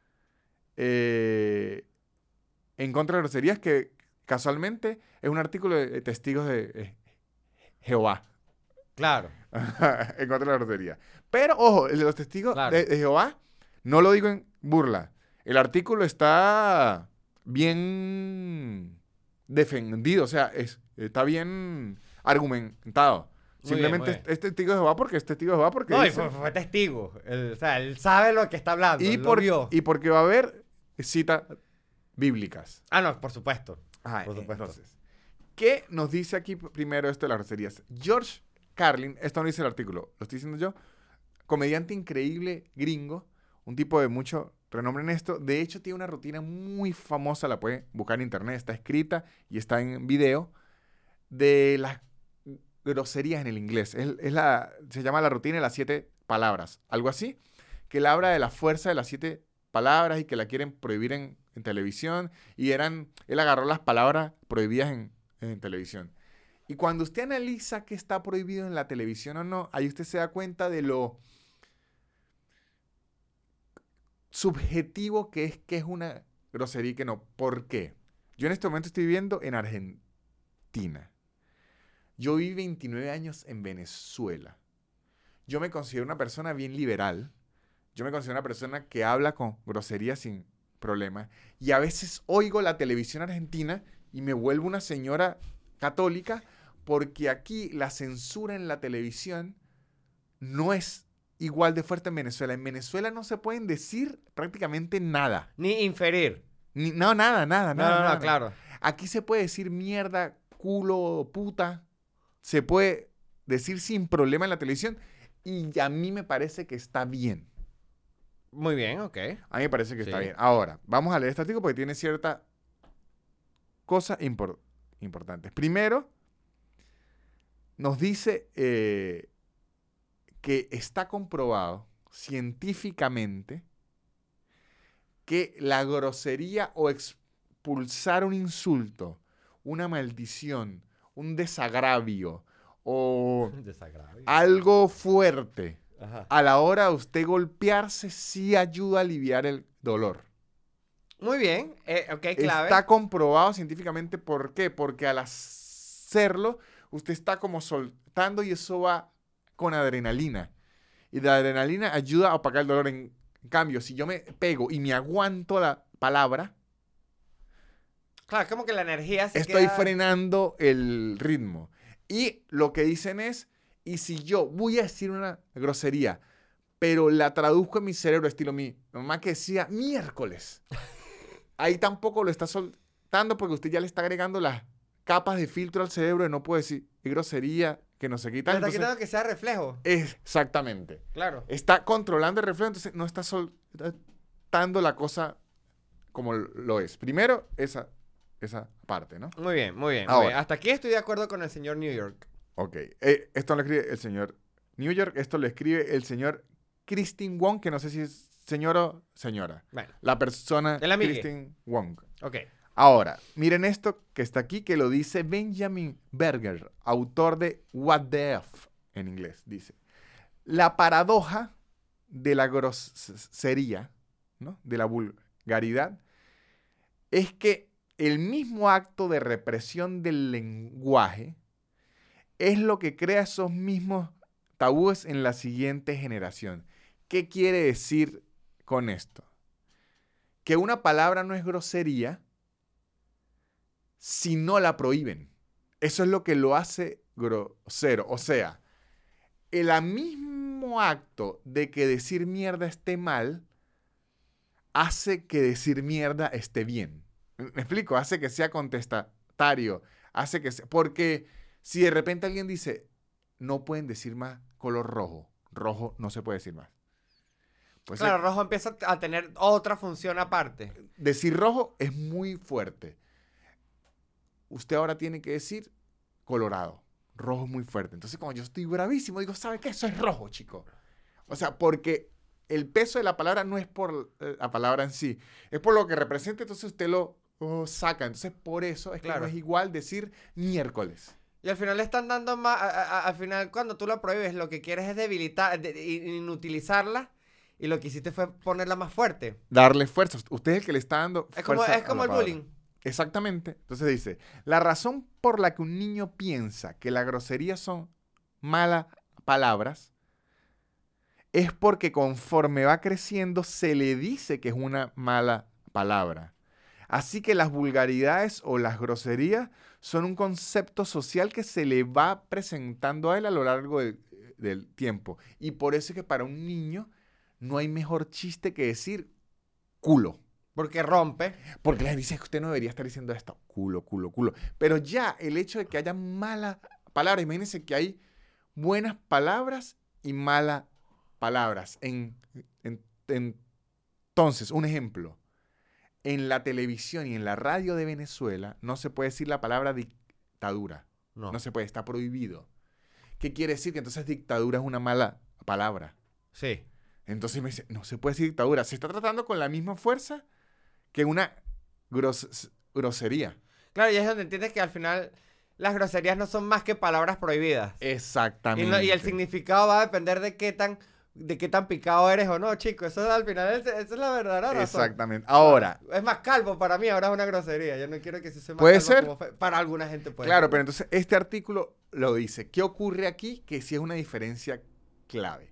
eh, en contra de groserías, que casualmente es un artículo de testigos de eh, Jehová. Claro. En contra de la grosería. Pero, ojo, el de los testigos Claro. de, de Jehová, no lo digo en burla. El artículo está bien defendido, o sea, es, está bien argumentado. Muy bien, Simplemente muy bien. es, es testigo de Jehová porque es testigo de Jehová porque No, y dice- fue, fue testigo. Él, o sea, él sabe lo que está hablando. y, él lo por- vio. y porque va a haber citas bíblicas. Ah, no, por supuesto. Ajá, Por supuesto. entonces, ¿qué nos dice aquí primero esto de las groserías? George Carlin, esto no dice el artículo, lo estoy diciendo yo, comediante increíble, gringo, un tipo de mucho renombre en esto. De hecho, tiene una rutina muy famosa, la pueden buscar en internet, está escrita y está en video, de las groserías en el inglés. Es, es la, se llama la rutina de las siete palabras, algo así, que él habla de la fuerza de las siete palabras y que la quieren prohibir en, en televisión. Y eran, él agarró las palabras prohibidas en, en televisión. Y cuando usted analiza qué está prohibido en la televisión o no, ahí usted se da cuenta de lo subjetivo que es que es una grosería y que no. ¿Por qué? Yo en este momento estoy viviendo en Argentina. Yo viví veintinueve años en Venezuela. Yo me considero una persona bien liberal. Yo me considero una persona que habla con grosería sin problema. Y a veces oigo la televisión argentina y me vuelvo una señora católica porque aquí la censura en la televisión no es igual de fuerte en Venezuela. En Venezuela no se pueden decir prácticamente nada. Ni inferir. Ni, no, nada, nada, No, nada. no, no, nada. claro. Aquí se puede decir mierda, culo, puta. Se puede decir sin problema en la televisión. Y a mí me parece que está bien. Muy bien, ok. A mí me parece que está Sí. bien. Ahora, vamos a leer este artículo porque tiene ciertas cosas impor- importantes. Primero, nos dice eh, que está comprobado científicamente que la grosería o expulsar un insulto, una maldición, un desagravio o Desagravio. algo fuerte Ajá. a la hora de usted golpearse sí ayuda a aliviar el dolor. Muy bien, eh, ok, clave. Está comprobado científicamente. ¿Por qué? Porque al hacerlo, usted está como soltando y eso va con adrenalina. Y la adrenalina ayuda a opacar el dolor. En cambio, si yo me pego y me aguanto la palabra, Claro, es como que la energía se estoy queda... frenando el ritmo. Y lo que dicen es, y si yo voy a decir una grosería, pero la traduzco en mi cerebro, estilo mi mamá que decía miércoles, ahí tampoco lo está soltando porque usted ya le está agregando las capas de filtro al cerebro de no puedo decir grosería, que no se quita. Pero está quitando que sea reflejo. Exactamente. Claro. Está controlando el reflejo, entonces no está soltando la cosa como lo es. Primero, esa, esa parte, ¿no? Muy bien, muy bien, muy Ahora. bien. Hasta aquí estoy de acuerdo con el señor New York. Ok. Eh, esto lo escribe el señor New York, esto lo escribe el señor Christine Wong, que no sé si es señor o señora. Bueno. La persona El amigue. Christine Wong. Ok. Ahora, miren esto que está aquí, que lo dice Benjamin Berger, autor de What the F en inglés. Dice, la paradoja de la grosería, ¿no? De la vulgaridad, es que el mismo acto de represión del lenguaje es lo que crea esos mismos tabúes en la siguiente generación. ¿Qué quiere decir con esto? Que una palabra no es grosería si no la prohíben. Eso es lo que lo hace grosero. O sea, el mismo acto de que decir mierda esté mal hace que decir mierda esté bien. ¿Me explico? Hace que sea contestatario. Hace que sea... Porque si de repente alguien dice, no pueden decir más color rojo. Rojo no se puede decir más. Pues claro, el, rojo empieza a tener otra función aparte. Decir rojo es muy fuerte. Usted ahora tiene que decir colorado. Rojo es muy fuerte. Entonces, como yo estoy bravísimo, digo, ¿sabe qué? Eso es rojo, chico. O sea, porque el peso de la palabra no es por la palabra en sí, es por lo que representa, entonces usted lo oh, saca. Entonces, por eso es Claro. que no es igual decir miércoles. Y al final le están dando más... a- a- al final, cuando tú la prohíbes, lo que quieres es debilitar, de- inutilizarla. Y lo que hiciste fue ponerla más fuerte. Darle fuerza. Usted es el que le está dando Es como, fuerza es como a el la palabra. bullying. Exactamente. Entonces dice, la razón por la que un niño piensa que la grosería son malas palabras es porque conforme va creciendo se le dice que es una mala palabra. Así que las vulgaridades o las groserías son un concepto social que se le va presentando a él a lo largo del, del tiempo. Y por eso es que para un niño no hay mejor chiste que decir culo. Porque rompe. Porque la gente dice que usted no debería estar diciendo esto. Culo, culo, culo. Pero ya el hecho de que haya malas palabras, imagínense que hay buenas palabras y malas palabras. En, en, en, entonces, un ejemplo. En la televisión y en la radio de Venezuela no se puede decir la palabra dictadura. No. No se puede, está prohibido. ¿Qué quiere decir? Que entonces dictadura es una mala palabra. Sí. Entonces me dice, no se puede decir dictadura. Se está tratando con la misma fuerza que una gros grosería. Claro, y es donde entiendes que al final las groserías no son más que palabras prohibidas. Exactamente. Y, no- y el significado va a depender de qué tan, de qué tan picado eres o no, chico. Eso al final es, esa es la verdadera razón. Exactamente. Ahora, Es más, calvo para mí ahora es una grosería. Yo no quiero que se sea más ¿Puede calvo ser? como fe- para alguna gente puede claro, ser. pero entonces este artículo lo dice. ¿Qué ocurre aquí? Que sí es una diferencia clave.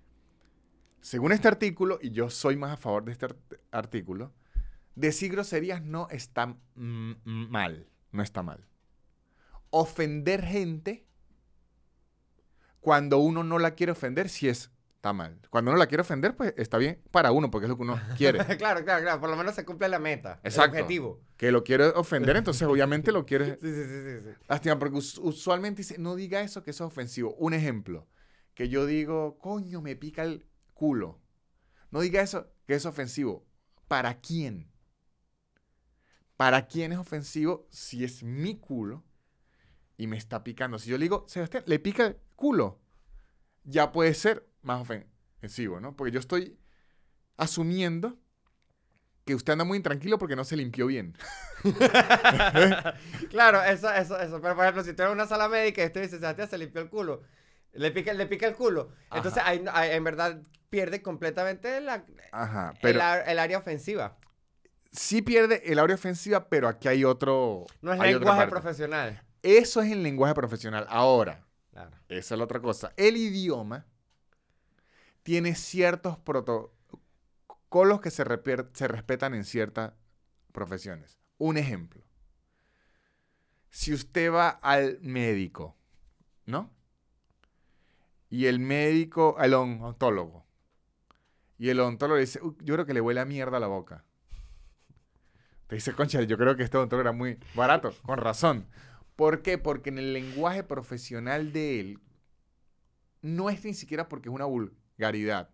Según este artículo, y yo soy más a favor de este art- artículo, decir groserías no está mm, mal. No está mal. Ofender gente cuando uno no la quiere ofender, sí está mal. Cuando uno la quiere ofender, pues está bien para uno, porque es lo que uno quiere. claro, claro, claro. Por lo menos se cumple la meta. Exacto. El objetivo. Que lo quiere ofender, entonces obviamente lo quiere Sí, sí, sí, sí, sí. lastimar, porque us- usualmente dice, no diga eso, que eso es ofensivo. Un ejemplo, que yo digo, coño, me pica el culo. No diga eso, que es ofensivo. ¿Para quién? ¿Para quién es ofensivo si es mi culo y me está picando? Si yo le digo, Sebastián, le pica el culo, ya puede ser más ofensivo, ¿no? Porque yo estoy asumiendo que usted anda muy intranquilo porque no se limpió bien. Claro, eso, eso, eso. Pero por ejemplo, si tú eres en una sala médica y usted dice, Sebastián se limpió el culo, le pica, le pica el culo. Entonces, Ajá. ahí, ahí en verdad pierde completamente la, Ajá, el, pero a- el área ofensiva. sí pierde el área ofensiva, pero aquí hay otro... No es hay otra lenguaje parte. profesional. Eso es el lenguaje profesional. Ahora, Claro. esa es la otra cosa. El idioma tiene ciertos protocolos que se, repier- se respetan en ciertas profesiones. Un ejemplo. Si usted va al médico, ¿no? Y el médico, el odontólogo, y el odontólogo le dice, "Uy, yo creo que le huele a mierda la boca". Te dice, concha, yo creo que este odontólogo era muy barato, con razón. ¿Por qué? Porque en el lenguaje profesional de él no es ni siquiera porque es una vulgaridad,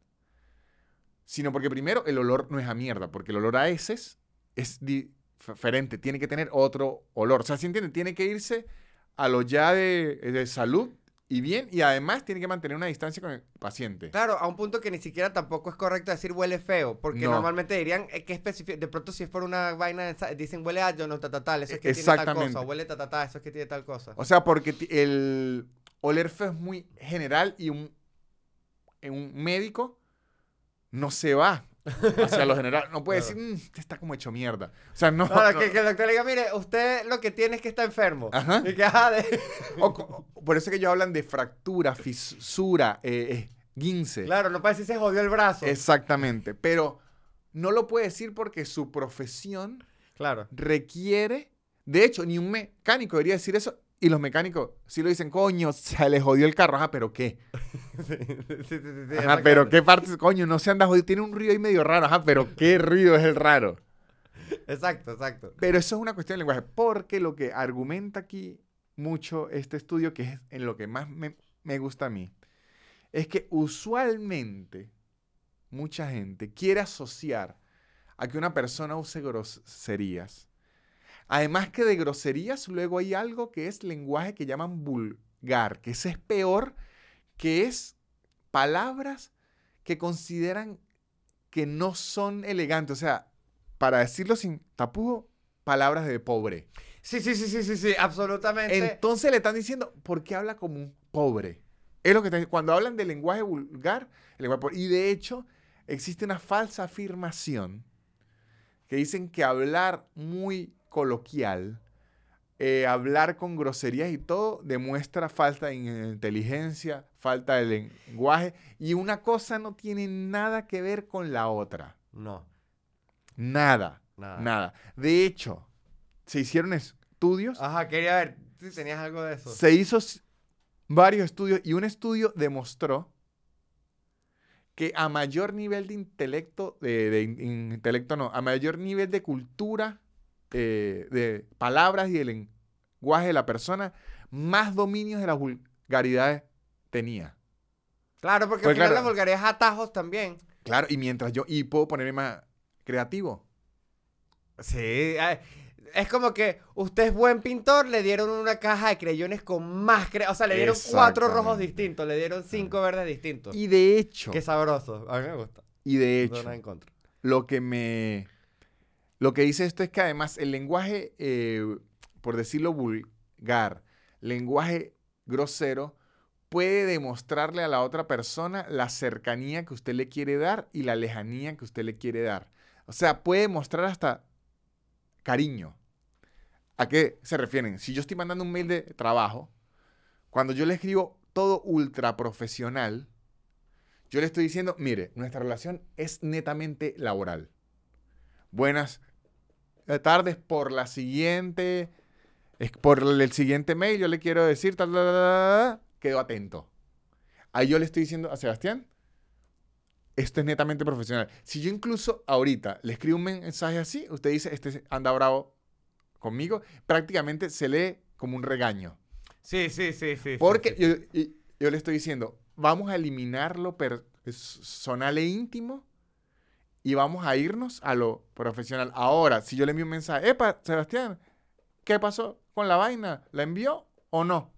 sino porque primero el olor no es a mierda, porque el olor a heces es diferente, tiene que tener otro olor. O sea, ¿sí entienden? Tiene que irse a lo ya de, de salud y bien, y además tiene que mantener una distancia con el paciente. Claro, a un punto que ni siquiera tampoco es correcto decir huele feo, porque No. normalmente dirían eh, que específico, de pronto si es por una vaina, de esa- dicen huele a yo no ta, ta, tal, eso es que tiene tal Exactamente. cosa, o huele ta, ta, ta, eso es que tiene tal cosa. O sea, porque ti- el oler feo es muy general y un, en un médico no se va hacia lo general. No puede Claro. decir, "Mm, este está como hecho mierda". O sea, no. Claro, no. que, que el doctor le diga, mire, usted lo que tiene es que está enfermo. Ajá. Y que, ajá, de- O co- por eso es que ellos hablan de fractura, fisura, eh, eh, guince. Claro, no parece si se jodió el brazo. Exactamente. Pero no lo puede decir porque su profesión Claro. requiere. De hecho, ni un mecánico debería decir eso. Y los mecánicos sí lo dicen, coño, se le jodió el carro. Ajá, pero ¿qué? Sí, sí, sí, sí, sí, Ajá, pero exactamente. ¿qué parte? Coño, no se anda jodido. Tiene un ruido ahí medio raro. Ajá, pero ¿qué ruido es el raro? Exacto, exacto. Pero eso es una cuestión de lenguaje. Porque lo que argumenta aquí mucho este estudio, que es en lo que más me, me gusta a mí, es que usualmente mucha gente quiere asociar a que una persona use groserías. Además que de groserías, luego hay algo que es lenguaje que llaman vulgar, que ese es peor, que es palabras que consideran que no son elegantes. O sea, para decirlo sin tapujo, palabras de pobre. Sí, sí, sí, sí, sí, sí, absolutamente. Entonces le están diciendo, ¿por qué habla como un pobre? Es lo que están- cuando hablan de lenguaje vulgar, el lenguaje pobre. Y de hecho, existe una falsa afirmación que dicen que hablar muy coloquial, eh, hablar con groserías y todo, demuestra falta de inteligencia, falta de lenguaje, y una cosa no tiene nada que ver con la otra. No, Nada, nada. nada. De hecho, se hicieron estudios, Ajá, quería ver si tenías algo de eso. se hizo s- varios estudios, y un estudio demostró que a mayor nivel de intelecto, de, de in- intelecto no, a mayor nivel de cultura, eh, de palabras y de lenguaje de la persona, más dominios de las vulgaridades tenía. Claro, porque Pues al final claro. la vulgaridad es atajos también. Claro, y mientras yo, y puedo ponerme más creativo. Sí, ay, es como que usted es buen pintor, le dieron una caja de creyones con más cre... O sea, le dieron cuatro rojos Exactamente. distintos, le dieron cinco verdes distintos. Y de hecho, Qué sabroso, a mí me gusta. y de No hecho, tengo nada en contra. lo que me, lo que dice esto es que además el lenguaje, eh, por decirlo vulgar, lenguaje grosero, puede demostrarle a la otra persona la cercanía que usted le quiere dar y la lejanía que usted le quiere dar. O sea, puede mostrar hasta cariño. ¿A qué se refieren? Si yo estoy mandando un mail de trabajo, cuando yo le escribo todo ultra profesional, yo le estoy diciendo, mire, nuestra relación es netamente laboral. Buenas tardes, por la siguiente, es por el siguiente mail, yo le quiero decir, tal, tal, tal, tal, tal, quedo atento. Ahí yo le estoy diciendo a Sebastián, esto es netamente profesional. Si yo incluso ahorita le escribo un mensaje así, usted dice, este anda bravo conmigo, prácticamente se lee como un regaño. Sí, sí, sí, sí. Porque sí, sí. Yo, y- yo le estoy diciendo, vamos a eliminar lo personal e íntimo y vamos a irnos a lo profesional. Ahora, si yo le envío un mensaje, epa, Sebastián, ¿qué pasó con la vaina? ¿La envió o no?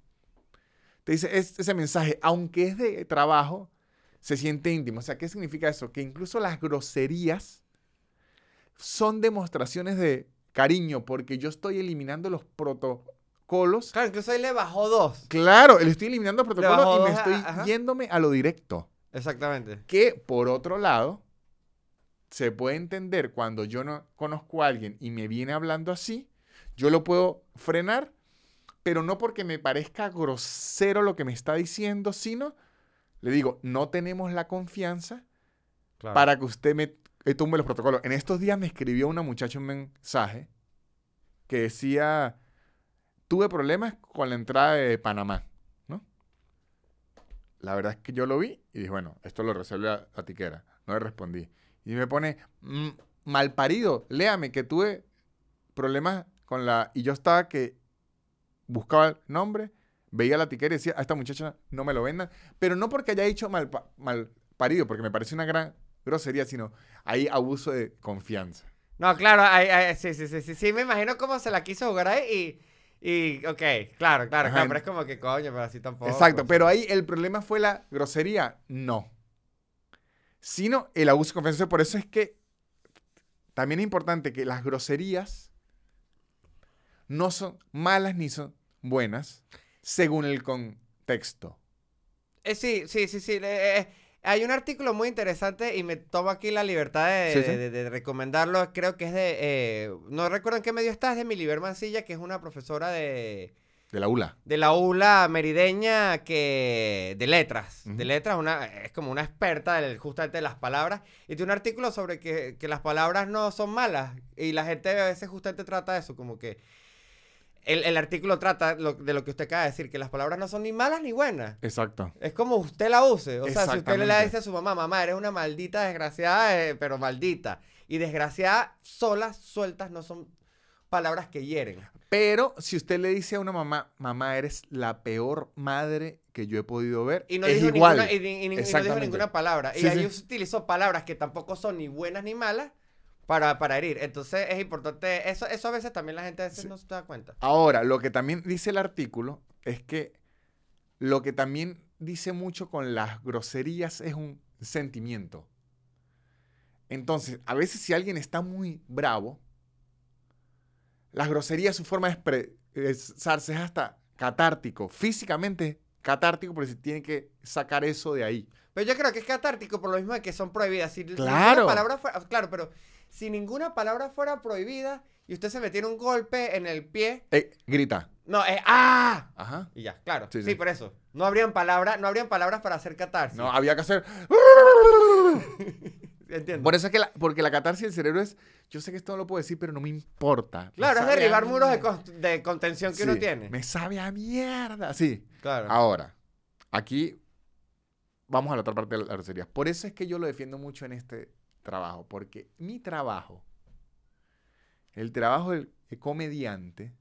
Te dice, es, ese mensaje, aunque es de trabajo, se siente íntimo. O sea, ¿qué significa eso? Que incluso las groserías son demostraciones de cariño porque yo estoy eliminando los protocolos. Claro, incluso ahí le bajó dos. Claro, le estoy eliminando los Le bajó protocolos y me dos a- estoy ajá. yéndome a lo directo. Exactamente. Que, por otro lado, se puede entender cuando yo no conozco a alguien y me viene hablando así, yo lo puedo frenar, pero no porque me parezca grosero lo que me está diciendo, sino, le digo, no tenemos la confianza Claro. para que usted me eh, tumbe los protocolos. En estos días me escribió una muchacha un mensaje que decía, tuve problemas con la entrada de Panamá, ¿no? La verdad es que yo lo vi y dije, bueno, esto lo resuelve a, a Tiquera. No le respondí. Y me pone, "Mm, malparido, léame que tuve problemas con la... Y yo estaba que buscaba el nombre, veía la etiqueta y decía, a esta muchacha no me lo vendan. Pero no porque haya dicho mal, pa- mal parido, porque me parece una gran grosería, sino hay abuso de confianza. No, claro, ay, ay, sí, sí, sí, sí, sí, me imagino cómo se la quiso jugar ahí y, y ok, claro, claro, Ajá. claro, pero es como que coño, pero así tampoco. Exacto, o pero sea. ahí el problema fue la grosería, no. Sino el abuso de confianza. Por eso es que también es importante que las groserías no son malas ni son buenas según el contexto. Eh, sí, sí, sí, sí. eh, eh, hay un artículo muy interesante y me tomo aquí la libertad de, Sí, sí. de- de- de recomendarlo. Creo que es de, eh, no recuerdo en qué medio está, es de Miliber Mancilla, que es una profesora de, De la U L A. de la U L A merideña que de letras. De Ujú. letras, una, es como una experta del, justamente de las palabras. Y tiene un artículo sobre que, que las palabras no son malas. Y la gente a veces justamente trata eso, como que el, el artículo trata lo- de lo que usted acaba de decir, que las palabras no son ni malas ni buenas. Exacto. Es como usted la use. O sea, si usted le Exactamente. dice a su mamá, mamá, eres una maldita desgraciada, eh, pero maldita. Y desgraciada, solas, sueltas, no son palabras que hieren. Pero si usted le dice a una mamá, mamá, eres la peor madre que yo he podido ver, Y no es dijo igual. ninguna, y, ni- y ni- y no dijo Exactamente. ninguna palabra. Y Sí, ahí sí. utilizó palabras que tampoco son ni buenas ni malas para, para herir. Entonces es importante. Eso, eso a veces también la gente a veces Sí. no se da cuenta. Ahora, lo que también dice el artículo es que lo que también dice mucho con las groserías es un sentimiento. Entonces, a veces si alguien está muy bravo, las groserías, su forma de expresarse es hasta catártico, físicamente catártico, pero se tiene que sacar eso de ahí. Pero yo creo que es catártico por lo mismo de que son prohibidas. Si Claro. ninguna palabra fuera, claro, pero si ninguna palabra fuera prohibida y usted se metiera un golpe en el pie, Eh, grita. no, es ¡ah! Ajá. Y ya, claro. Sí, Sí, sí. por eso. No habrían palabras, no habrían palabras para hacer catarsis. No, había que hacer... Entiendo. Por eso es que la, porque la catarsis del cerebro es, yo sé que esto no lo puedo decir, pero no me importa. Claro, Me es sabe derribar a muros de, mierda. cons- de contención que uno Sí, tiene. me sabe a mierda. Sí. Claro. Ahora, aquí vamos a la otra parte de la grosería. Por eso es que yo lo defiendo mucho en este trabajo, porque mi trabajo, el trabajo del comediante,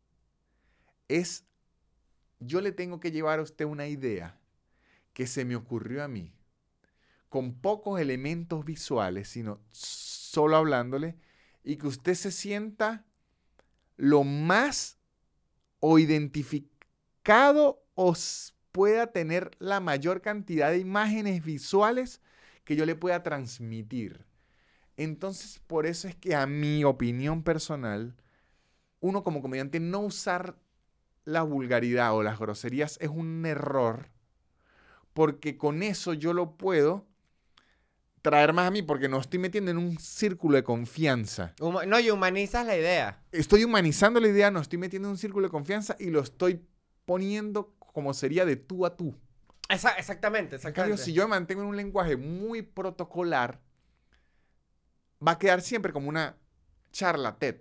es, yo le tengo que llevar a usted una idea que se me ocurrió a mí, con pocos elementos visuales, sino solo hablándole, y que usted se sienta lo más o identificado o s- pueda tener la mayor cantidad de imágenes visuales que yo le pueda transmitir. Entonces, por eso es que a mi opinión personal, uno como comediante no usar la vulgaridad o las groserías es un error, porque con eso yo lo puedo traer más a mí, porque no estoy metiendo en un círculo de confianza. Huma- no, y humanizas la idea. Estoy humanizando la idea, no estoy metiendo en un círculo de confianza y lo estoy poniendo como sería de tú a tú. Esa- exactamente, En cambio, exactamente. si yo me mantengo en un lenguaje muy protocolar, va a quedar siempre como una charla TED.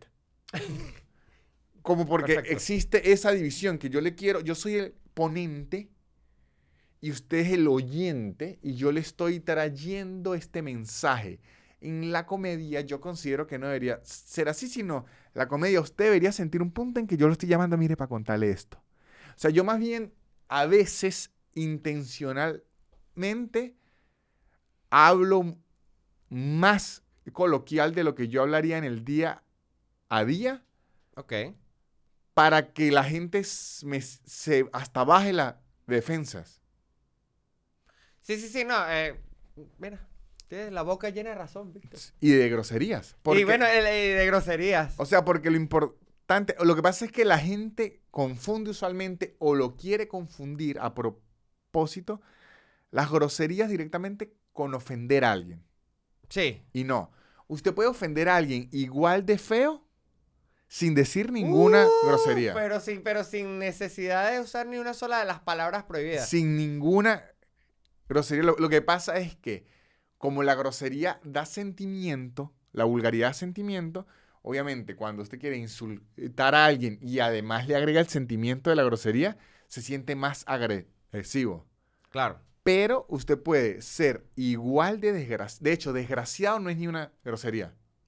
Como porque Perfecto. existe esa división que yo le quiero, yo soy el ponente y usted es el oyente y yo le estoy trayendo este mensaje. En la comedia yo considero que no debería ser así, sino la comedia usted debería sentir un punto en que yo lo estoy llamando, mire, para contarle esto. O sea, yo más bien a veces intencionalmente hablo más coloquial de lo que yo hablaría en el día a día Ok. para que la gente s- me, se hasta baje las defensas. Sí, sí, sí, no. eh, mira, tienes la boca llena de razón, ¿viste? Y de groserías. Porque, Y bueno, el- el de groserías. o sea, porque lo importante, lo que pasa es que la gente confunde usualmente o lo quiere confundir a propósito las groserías directamente con ofender a alguien. Sí. Y no, usted puede ofender a alguien igual de feo sin decir ninguna Uh, grosería. Pero sin, pero sin necesidad de usar ni una sola de las palabras prohibidas. Sin ninguna grosería. Lo, lo que pasa es que como la grosería da sentimiento, la vulgaridad da sentimiento, obviamente cuando usted quiere insultar a alguien y además le agrega el sentimiento de la grosería, se siente más agresivo. Claro. Pero usted puede ser igual de desgraciado. De hecho, desgraciado no es ni una grosería.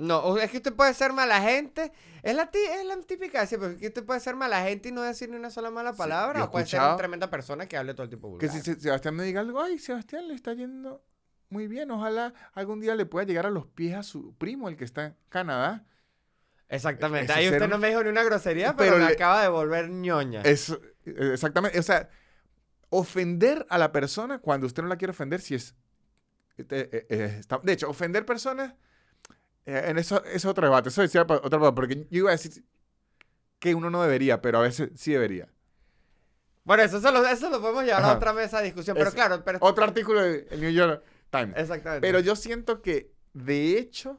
No, o es que usted puede ser mala gente. Es la, ti- es la típica decir, porque es que usted puede ser mala gente y no decir ni una sola mala Sí, palabra. yo he O puede ser escuchado una tremenda persona que hable todo el tiempo que vulgar. si Se- Sebastián me diga algo, ay, Sebastián le está yendo muy bien, ojalá algún día le pueda llegar a los pies a su primo, el que está en Canadá. Exactamente. Eso Ahí ser usted un- no me dijo ni una grosería, pero, Pero me le- acaba de volver ñoña. Eso, eh, exactamente, o sea, ofender a la persona cuando usted no la quiere ofender, si es... eh, eh, eh, está- de hecho, ofender personas, eh, en eso, eso es otro debate, eso decía pa- otro debate, porque yo iba a decir que uno no debería, pero a veces sí debería. Bueno, eso, se lo, eso lo podemos llevar a Ajá. otra mesa de discusión. Pero Eso. claro, pero... Otro artículo del New York Times. Exactamente. Pero yo siento que, de hecho,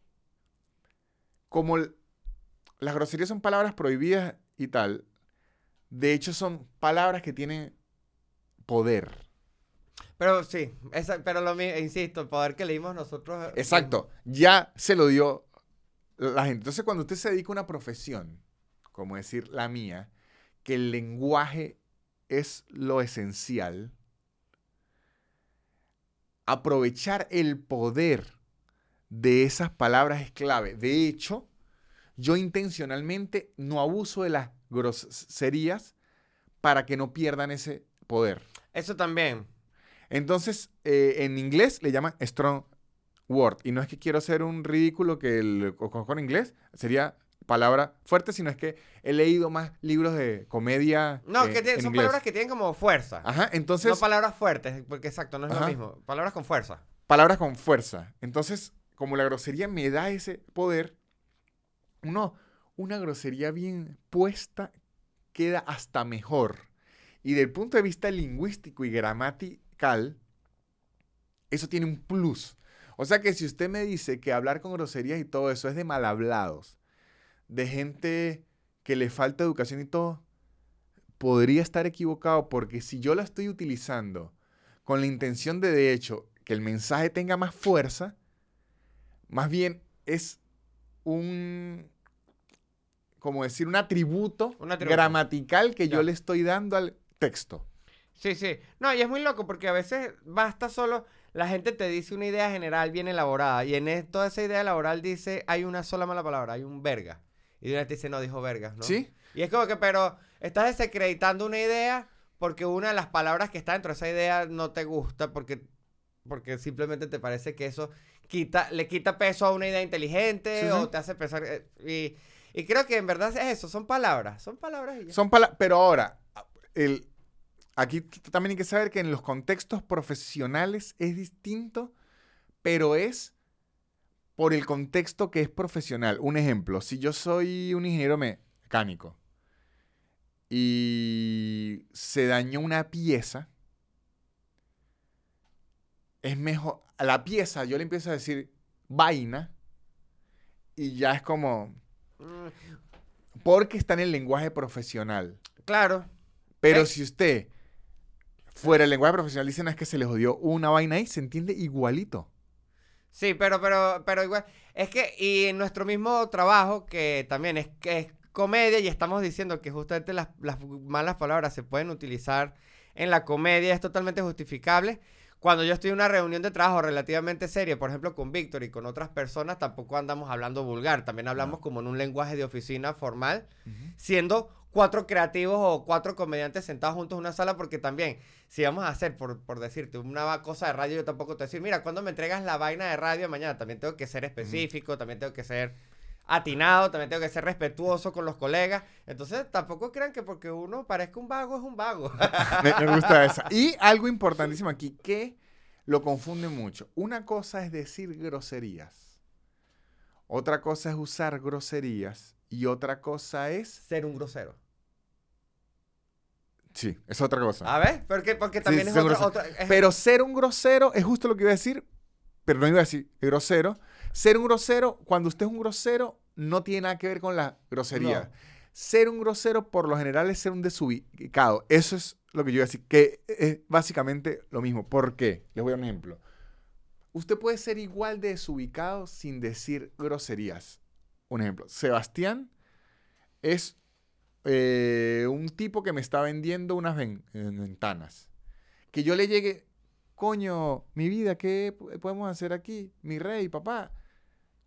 como l- las groserías son palabras prohibidas y tal, de hecho son palabras que tienen poder. Pero sí, esa, pero lo mismo, insisto, el poder que leímos nosotros. eh, Exacto, ya se lo dio la gente. Entonces, cuando usted se dedica a una profesión, como decir la mía, que el lenguaje es lo esencial, aprovechar el poder de esas palabras es clave. De hecho, yo intencionalmente no abuso de las groserías para que no pierdan ese poder. Eso también. Entonces, eh, en inglés le llaman strong word. Y no es que quiero ser un ridículo que el conozco en inglés, sería palabra fuerte, sino es que he leído más libros de comedia No, eh, que tiene- en son inglés. palabras que tienen como fuerza. Ajá, entonces, No palabras fuertes, porque exacto, no es Ajá. lo mismo. Palabras con fuerza. palabras con fuerza. Entonces, como la grosería me da ese poder, uno, una grosería bien puesta queda hasta mejor. Y del punto de vista lingüístico y gramatical, eso tiene un plus. O sea que si usted me dice que hablar con groserías y todo eso es de mal hablados, de gente que le falta educación y todo, podría estar equivocado porque si yo la estoy utilizando con la intención de, de hecho, que el mensaje tenga más fuerza, más bien es un, como decir, un atributo, Un atributo. gramatical que yo Ya. le estoy dando al texto. Sí, sí. No, y es muy loco porque a veces basta solo, la gente te dice una idea general bien elaborada y en es- toda esa idea elaboral dice, hay una sola mala palabra, hay un verga. Y de una vez te dice, no, dijo vergas, ¿no? ¿Sí? Y es como que, pero estás desacreditando una idea porque una de las palabras que está dentro de esa idea no te gusta porque, porque simplemente te parece que eso quita, le quita peso a una idea inteligente Sí, sí. o te hace pensar... eh, Y, y creo que en verdad es eso, son palabras, son palabras y ya. Son palabras, pero ahora, el, aquí t- también hay que saber que en los contextos profesionales es distinto, pero es por el contexto que es profesional. Un ejemplo, si yo soy un ingeniero mecánico y se dañó una pieza, es mejor, a la pieza yo le empiezo a decir vaina y ya es como, Mm, porque está en el lenguaje profesional. claro. Pero Eh. si usted fuera el lenguaje profesional dice, no, es que se le jodió una vaina ahí, se entiende igualito. Sí, pero, pero, pero igual, es que, y en nuestro mismo trabajo, que también es, que es comedia, y estamos diciendo que justamente las, las malas palabras se pueden utilizar en la comedia, es totalmente justificable. Cuando yo estoy en una reunión de trabajo relativamente seria, por ejemplo con Víctor y con otras personas, tampoco andamos hablando vulgar, también hablamos No. como en un lenguaje de oficina formal, siendo cuatro creativos o cuatro comediantes sentados juntos en una sala, porque también, si vamos a hacer, por, por decirte, una cosa de radio, yo tampoco te voy a decir, mira, cuando me entregas la vaina de radio mañana, también tengo que ser específico, también tengo que ser atinado, también tengo que ser respetuoso con los colegas. Entonces, tampoco crean que porque uno parezca un vago, es un vago. Me, me gusta esa. Y algo importantísimo aquí, que lo confunden mucho. Una cosa es decir groserías. Otra cosa es usar groserías. Y otra cosa es... Ser un grosero. Sí, es otra cosa. A ver, porque, porque Sí, también es ser otra... grosero. otra es- Pero ser un grosero es justo lo que iba a decir, pero no iba a decir grosero. Ser un grosero, cuando usted es un grosero, no tiene nada que ver con la grosería. No. Ser un grosero, por lo general, es ser un desubicado. Eso es lo que yo iba a decir, que es básicamente lo mismo. ¿Por qué? Les voy a dar un ejemplo. Usted puede ser igual de desubicado sin decir groserías. Un ejemplo. Sebastián es eh, un tipo que me está vendiendo unas ven- ventanas. Que yo le llegue, coño, mi vida, ¿qué p- podemos hacer aquí? Mi rey, papá.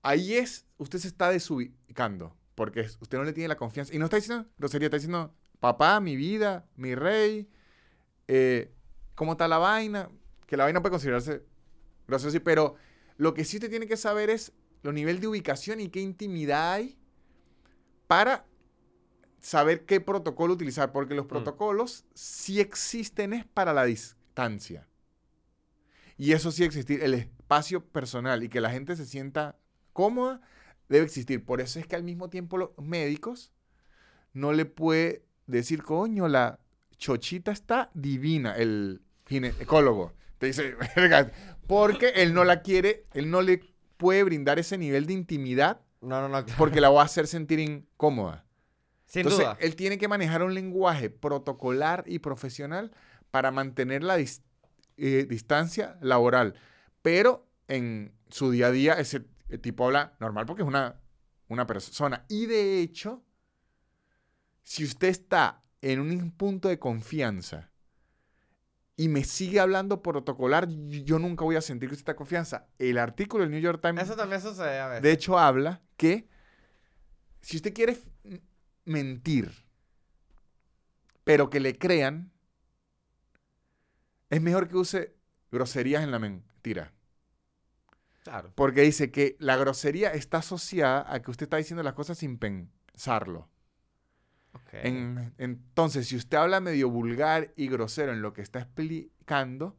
ahí es, usted se está desubicando, porque usted no le tiene la confianza. Y no está diciendo grosería, está diciendo, papá, mi vida, mi rey, eh, ¿cómo está la vaina? Que la vaina puede considerarse grosero, sí, pero lo que sí usted tiene que saber es los niveles de ubicación y qué intimidad hay para saber qué protocolo utilizar, porque los protocolos mm. sí existen es para la distancia. Y eso sí existir, el espacio personal y que la gente se sienta cómoda debe existir. Por eso es que al mismo tiempo los médicos no le puede decir, coño, la chochita está divina, el ginecólogo. Te dice, porque él no la quiere, él no le puede brindar ese nivel de intimidad. No, no, no. Claro. Porque la va a hacer sentir incómoda. Sin Entonces, duda. él tiene que manejar un lenguaje protocolar y profesional para mantener la dis eh, distancia laboral. Pero en su día a día ese tipo habla normal porque es una, una persona. Y de hecho, si usted está en un punto de confianza y me sigue hablando protocolar, yo nunca voy a sentir que usted está en confianza. El artículo del New York Times... Eso también sucede a veces. De hecho, habla que si usted quiere mentir, pero que le crean, es mejor que use groserías en la mentira. Claro. Porque dice que la grosería está asociada a que usted está diciendo las cosas sin pensarlo. Okay. En, entonces, si usted habla medio vulgar y grosero en lo que está explicando,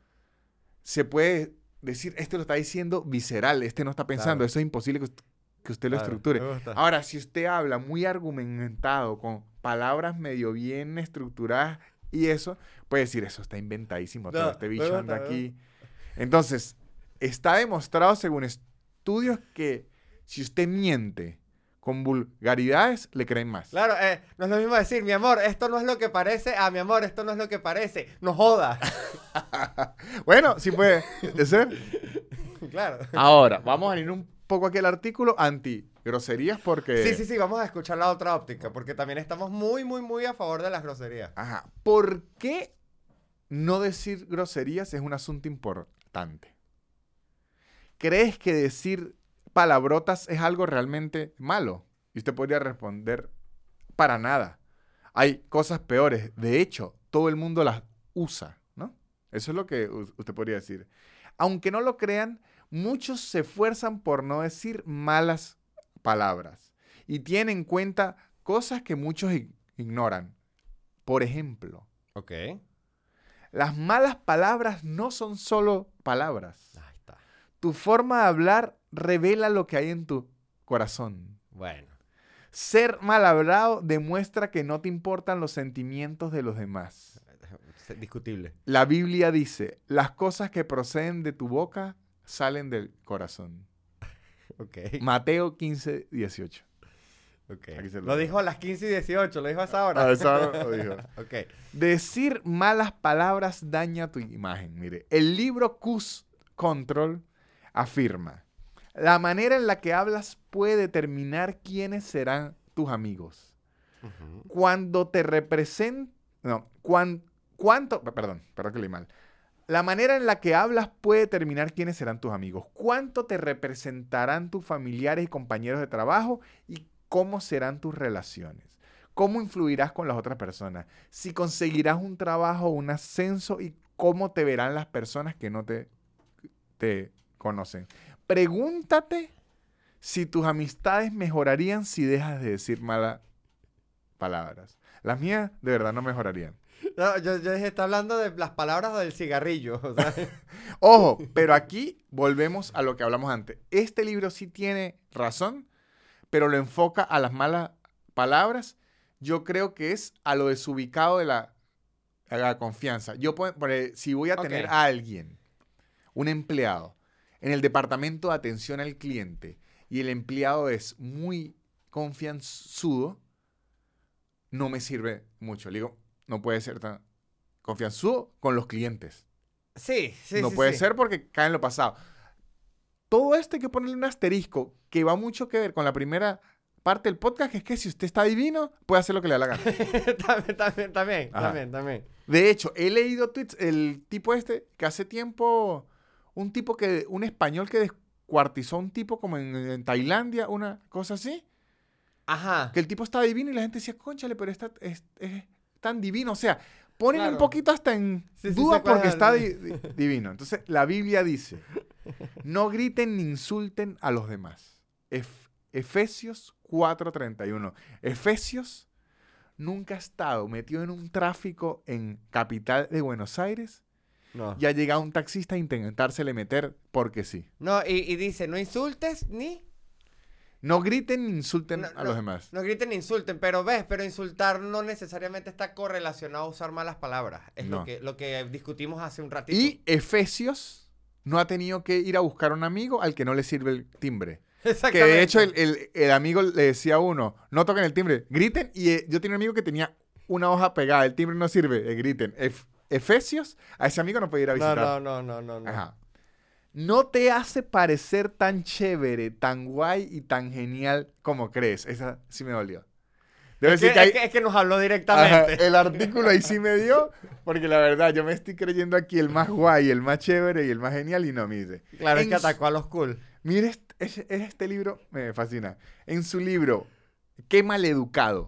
se puede decir, este lo está diciendo visceral, este no está pensando, claro. Eso es imposible que usted, que usted lo claro, estructure. Ahora, si usted habla muy argumentado, con palabras medio bien estructuradas y eso, puede decir, eso está inventadísimo, no, todo este bicho anda aquí. Entonces, está demostrado según estudios que si usted miente con vulgaridades, le creen más. Claro, eh, no es lo mismo decir, mi amor, esto no es lo que parece, ah, mi amor, esto no es lo que parece, no joda. Bueno, sí puede ser. Claro. Ahora, vamos a ir un poco aquí al artículo anti-groserías porque... Sí, sí, sí, vamos a escuchar la otra óptica, porque también estamos muy, muy, muy a favor de las groserías. Ajá. ¿Por qué no decir groserías es un asunto importante? ¿Crees que decir palabrotas es algo realmente malo? Y usted podría responder, para nada. Hay cosas peores. De hecho, todo el mundo las usa, ¿no? Eso es lo que usted podría decir. Aunque no lo crean, muchos se esfuerzan por no decir malas palabras y tienen en cuenta cosas que muchos ignoran. Por ejemplo, okay. Las malas palabras no son solo palabras. Ahí está. Tu forma de hablar revela lo que hay en tu corazón. Bueno. Ser mal hablado demuestra que no te importan los sentimientos de los demás. Discutible. La Biblia dice, las cosas que proceden de tu boca salen del corazón. Okay. Mateo quince, dieciocho. Okay. Lo, lo dijo a las quince y dieciocho, lo dijo a esa hora. A esa hora lo dijo. Okay. Decir malas palabras daña tu imagen. Mire, el libro Cruise Control afirma, la manera en la que hablas puede determinar quiénes serán tus amigos. Uh-huh. Cuando te representan... No, cuando... ¿Cuánto? Perdón, perdón que leí mal. La manera en la que hablas puede determinar quiénes serán tus amigos, cuánto te representarán tus familiares y compañeros de trabajo y cómo serán tus relaciones, cómo influirás con las otras personas, si conseguirás un trabajo o un ascenso y cómo te verán las personas que no te, te conocen. Pregúntate si tus amistades mejorarían si dejas de decir malas palabras. Las mías de verdad no mejorarían. No, yo, yo dije, está hablando de las palabras del cigarrillo. O sea. Ojo, pero aquí volvemos a lo que hablamos antes. Este libro sí tiene razón, pero lo enfoca a las malas palabras. Yo creo que es a lo desubicado de la, de la confianza. Yo, por, por, si voy a tener okay. a alguien, un empleado, en el departamento de atención al cliente, y el empleado es muy confianzudo, no me sirve mucho. Le digo, no puede ser tan confianzudo con los clientes. Sí, sí, No sí, puede sí. ser porque cae en lo pasado. Todo esto hay que ponerle un asterisco que va mucho que ver con la primera parte del podcast, que es que si usted está divino, puede hacer lo que le da la gana. también, también, también, Ajá. también, también. De hecho, he leído tweets, el tipo este, que hace tiempo, un tipo que, un español que descuartizó a un tipo como en, en Tailandia, una cosa así. Ajá. Que el tipo estaba divino y la gente decía, cónchale, pero está, es, es tan divino. O sea, ponen Claro. un poquito hasta en Sí, sí, duda sé cuál porque es. está di- di- divino. Entonces, la Biblia dice, no griten ni insulten a los demás. Ef- Efesios cuatro treinta y uno. Efesios nunca ha estado metido en un tráfico en capital de Buenos Aires No. y ha llegado un taxista a intentársele meter porque sí. No, y, y dice, no insultes ni... No griten ni insulten No, a no, los demás. No griten ni insulten, pero ves, pero insultar no necesariamente está correlacionado a usar malas palabras. Es No. lo, que, lo que discutimos hace un ratito. Y Efesios no ha tenido que ir a buscar a un amigo al que no le sirve el timbre. Que Exactamente. de hecho el, el- el amigo le decía a uno, no toquen el timbre, griten. Y eh, yo tenía un amigo que tenía una hoja pegada, el timbre no sirve, eh, griten. Ef- Efesios, a ese amigo no puede ir a No, visitar. no, no, no, no, no. Ajá. No te hace parecer tan chévere, tan guay y tan genial como crees. Esa sí me dolió. Debo Es que, decir que hay- es que- es que nos habló Ajá, directamente. el artículo ahí sí me dio, porque la verdad yo me estoy creyendo aquí el más guay, el más chévere y el más genial y no me dice. Claro, es En que su- atacó a los cool. Mire, este, es- es este libro me fascina. En su libro, Qué maleducado.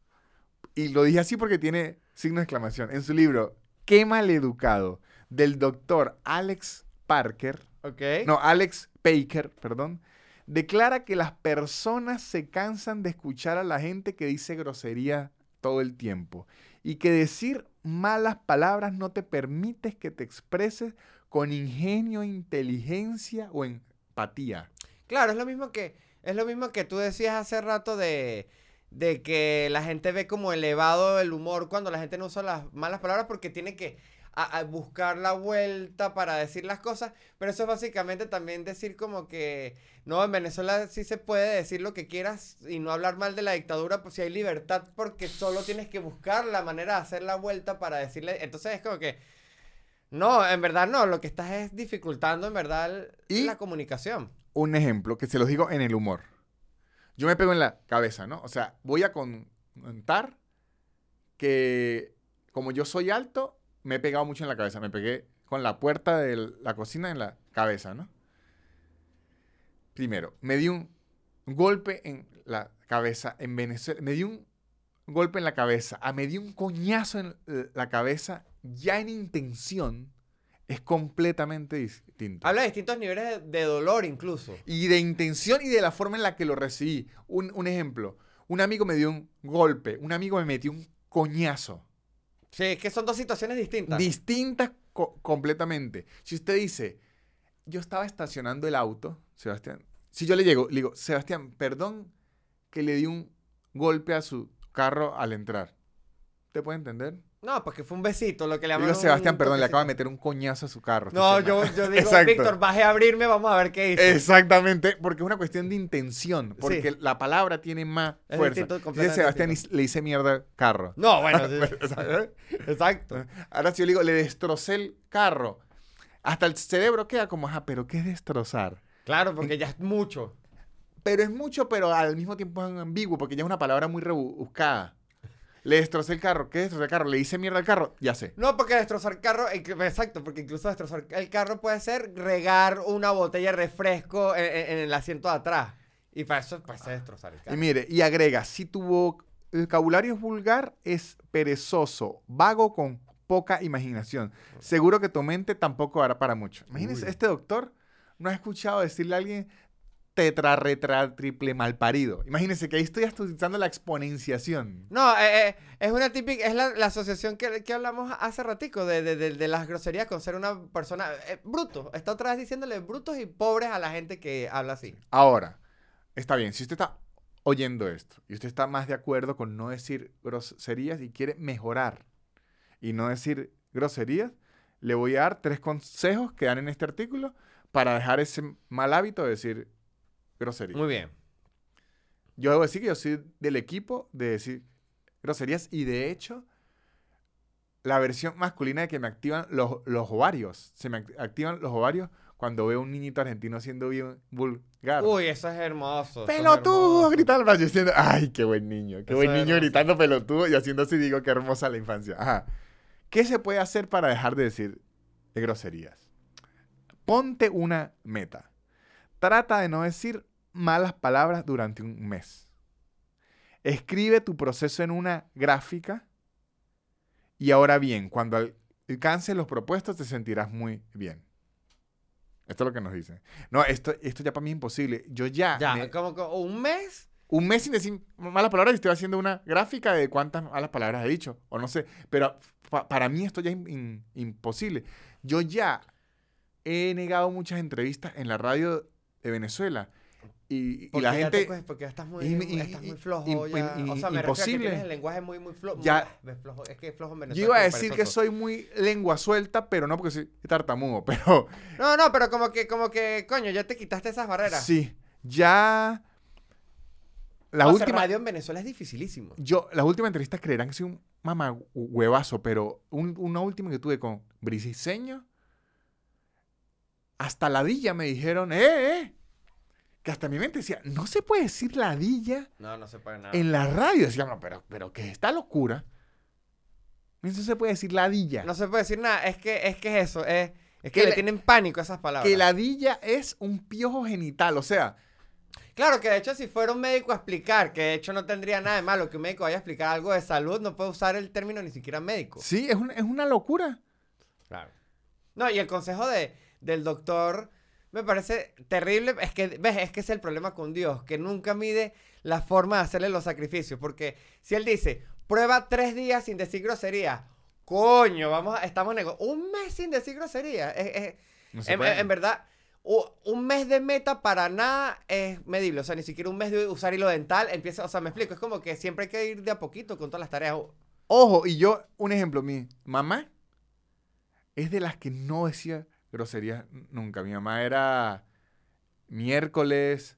Y lo dije así porque tiene signo de exclamación. En su libro, Qué maleducado, del doctor Alex Parker, ¿Ok? no, Alex Baker, perdón, declara que las personas se cansan de escuchar a la gente que dice grosería todo el tiempo y que decir malas palabras no te permite que te expreses con ingenio, inteligencia o empatía. Claro, es lo mismo que, es lo mismo que tú decías hace rato de, de que la gente ve como elevado el humor cuando la gente no usa las malas palabras porque tiene que a- a buscar la vuelta para decir las cosas, pero eso es básicamente también decir como que no, en Venezuela sí se puede decir lo que quieras y no hablar mal de la dictadura, pues si hay libertad porque solo tienes que buscar la manera de hacer la vuelta para decirle, entonces es como que no, en verdad no, lo que estás es dificultando en verdad Y- la comunicación. Un ejemplo que se los digo en el humor. Yo me pego en la cabeza, ¿no? O sea, voy a con- contar que como yo soy alto, me he pegado mucho en la cabeza. Me pegué con la puerta de la cocina en la cabeza, ¿no? Primero, me di un golpe en la cabeza en Venezuela. Me di un golpe en la cabeza. A me di un coñazo en la cabeza. Ya en intención es completamente distinto. Habla de distintos niveles de, de dolor incluso. Y de intención y de la forma en la que lo recibí. Un, un ejemplo. Un amigo me dio un golpe. Un amigo me metió un coñazo. Sí, es que son dos situaciones distintas. Distintas co- completamente. Si usted dice, yo estaba estacionando el auto, Sebastián. Si yo le llego, le digo, Sebastián, perdón que le di un golpe a su carro al entrar. ¿Te puede entender? No, porque fue un besito lo que le Le llaman digo, un Sebastián, perdón, le toquecito. acaba de meter un coñazo a su carro. No, Este yo, tema. yo digo, Exacto. Víctor, baje a abrirme, vamos a ver qué hizo. Exactamente, porque es una cuestión de intención, porque Sí. la palabra tiene más Es fuerza. distinto, Dice completamente Sebastián y distinto. le hice mierda al carro. No, bueno, sí, ¿Sabes? exacto. Ahora si yo le digo, le destrocé el carro, hasta el cerebro queda como, ajá, pero ¿qué es destrozar? Claro, porque ya es mucho. Pero es mucho, pero al mismo tiempo es ambiguo, porque ya es una palabra muy rebuscada. Le destrocé el carro, ¿qué es destrocé el carro? Le hice mierda al carro, ya sé. No, porque destrozar carro, inclu- exacto, porque incluso destrozar el carro puede ser regar una botella de refresco en, en- en el asiento de atrás. Y para eso puede ser destrozar el Y carro. mire, y agrega, si tu vocabulario es vulgar, es perezoso, vago con poca imaginación. Seguro que tu mente tampoco hará para mucho. Imagínense, Uy. este doctor no ha escuchado decirle a alguien tetra, retra, triple malparido. Imagínense que ahí estoy hasta utilizando la exponenciación. No, eh, eh, es una típica, es la, la asociación que, que hablamos hace ratico de, de, de, de las groserías con ser una persona eh, bruto. Está otra vez diciéndole brutos y pobres a la gente que habla así. Ahora, está bien, si usted está oyendo esto y usted está más de acuerdo con no decir groserías y quiere mejorar y no decir groserías, le voy a dar tres consejos que dan en este artículo para dejar ese mal hábito de decir groserías. Muy bien. Yo debo decir que yo soy del equipo de decir groserías y de hecho la versión masculina de que me activan los, los ovarios. Se me act- activan los ovarios cuando veo a un niñito argentino siendo bien vulgar. Uy, eso es hermoso. eso es ¡Pelotudo! hermoso. Gritando, yo diciendo, ¡ay, qué buen niño! ¡Qué Eso buen es niño hermoso. gritando pelotudo! Y haciendo así digo, qué hermosa la infancia. Ajá. ¿Qué se puede hacer para dejar de decir groserías? Ponte una meta. Trata de no decir malas palabras durante un mes. Escribe tu proceso en una gráfica. Y ahora bien, cuando alcances los propuestos te sentirás muy bien. Esto es lo que nos dicen. No, esto, esto ya para mí es imposible. Yo ya... Ya, me- como, como un mes. un mes sin decir malas palabras y estoy haciendo una gráfica de cuántas malas palabras he dicho. O no sé. Pero pa- para mí esto ya es in- imposible. Yo ya he negado muchas entrevistas en la radio de Venezuela. Y, y Porque la ya gente... te cuesta- porque estás muy, y- y- estás muy y- flojo imp- ya. y- O sea, me refiero a que imposible. tienes el lenguaje muy, muy flojo. Ya- flojo. Es que es flojo en Yo Venezuela. iba a como decir que perezoso. soy muy lengua suelta, pero no porque soy tartamudo. Pero No, no, pero como que, como que, coño, ya te quitaste esas barreras. sí, ya... La O sea, última... radio en Venezuela es dificilísimo. Yo, las últimas entrevistas creerán que soy un mamá huevazo, pero un- una última que tuve con Briseño, hasta ladilla me dijeron, eh, eh, que hasta mi mente decía, no se puede decir ladilla No, no se puede nada. en la radio. Decía, no, pero, pero ¿qué es esta locura? No se puede decir ladilla. No se puede decir nada. Es que es, que es eso. Es, es que, Que le la- tienen pánico a esas palabras. Que ladilla es un piojo genital, o sea, Claro, que de hecho si fuera un médico a explicar, que de hecho no tendría nada de malo que un médico vaya a explicar algo de salud, no puede usar el término ni siquiera médico. sí, es una, es una locura. Claro. No, y el consejo de, del doctor me parece terrible. Es que, ves, es que ese es el problema con Dios, que nunca mide la forma de hacerle los sacrificios. Porque si él dice, prueba tres días sin decir grosería, coño, vamos a, estamos en un mes sin decir grosería. Es- es- No se en, puede. en verdad, u- un mes de meta para nada es medible. O sea, ni siquiera un mes de usar hilo dental empieza. O sea, me explico, es como que siempre hay que ir de a poquito con todas las tareas. Ojo, y yo, un ejemplo, mi mamá es de las que no decía groserías nunca. Mi mamá era miércoles,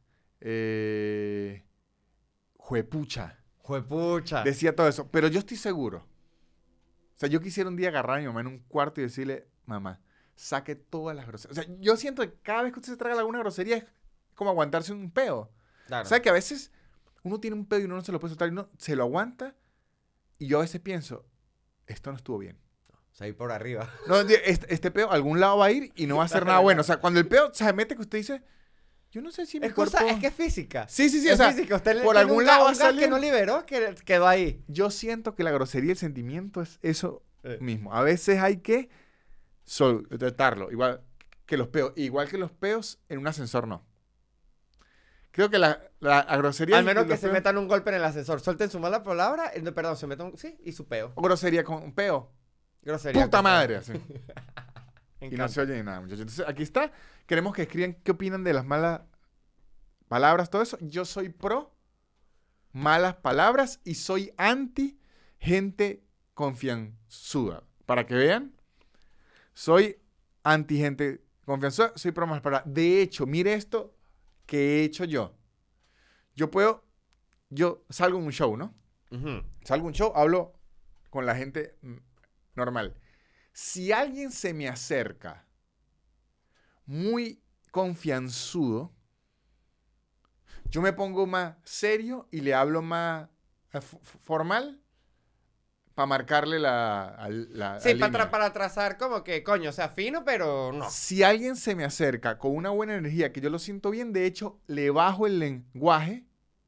eh, juepucha. Juepucha. Decía todo eso, pero yo estoy seguro. O sea, yo quisiera un día agarrar a mi mamá en un cuarto y decirle, mamá, saque todas las groserías. O sea, yo siento que cada vez que usted se traga alguna grosería es como aguantarse un peo. Claro. O sea, que a veces uno tiene un pedo y uno no se lo puede soltar y uno se lo aguanta. Y yo a veces pienso, esto no estuvo bien. O sea, ir por arriba. No, este, este peo a algún lado va a ir y no va a hacer nada bueno. O sea, cuando el peo se mete que usted dice, yo no sé si mi Es cosa, cuerpo... es que es física. Sí, sí, sí. Es O sea, física. Usted le por tiene algún un lado ga- va a un gas salir. que no liberó, que quedó ahí. Yo siento que la grosería y el sentimiento es eso Eh. mismo. A veces hay que soltarlo. Igual que los peos. Igual que los peos en un ascensor no. Creo que la, la, la grosería... Al y menos los que se peos- metan un golpe en el ascensor. Suelten su mala palabra. eh, no, perdón, se metan... Sí, y su peo. O grosería con un peo. Grosería. Puta con- madre. Así. Me Y no encanta. se oye ni nada, muchachos. Entonces, aquí está. Queremos que escriban qué opinan de las malas palabras, todo eso. Yo soy pro malas palabras y soy anti gente confianzuda. Para que vean, soy anti gente confianzuda, soy pro malas palabras. De hecho, mire esto que he hecho yo. Yo puedo, yo salgo en un show, ¿no? Ujú. Salgo en un show, hablo con la gente mm, normal. Si alguien se me acerca muy confianzudo, yo me pongo más serio y le hablo más eh, f- f- formal para marcarle la, al- la, Sí, la para, línea. tra- para trazar como que, coño, o sea, fino, pero no. Si alguien se me acerca con una buena energía, que yo lo siento bien, de hecho, le bajo el lenguaje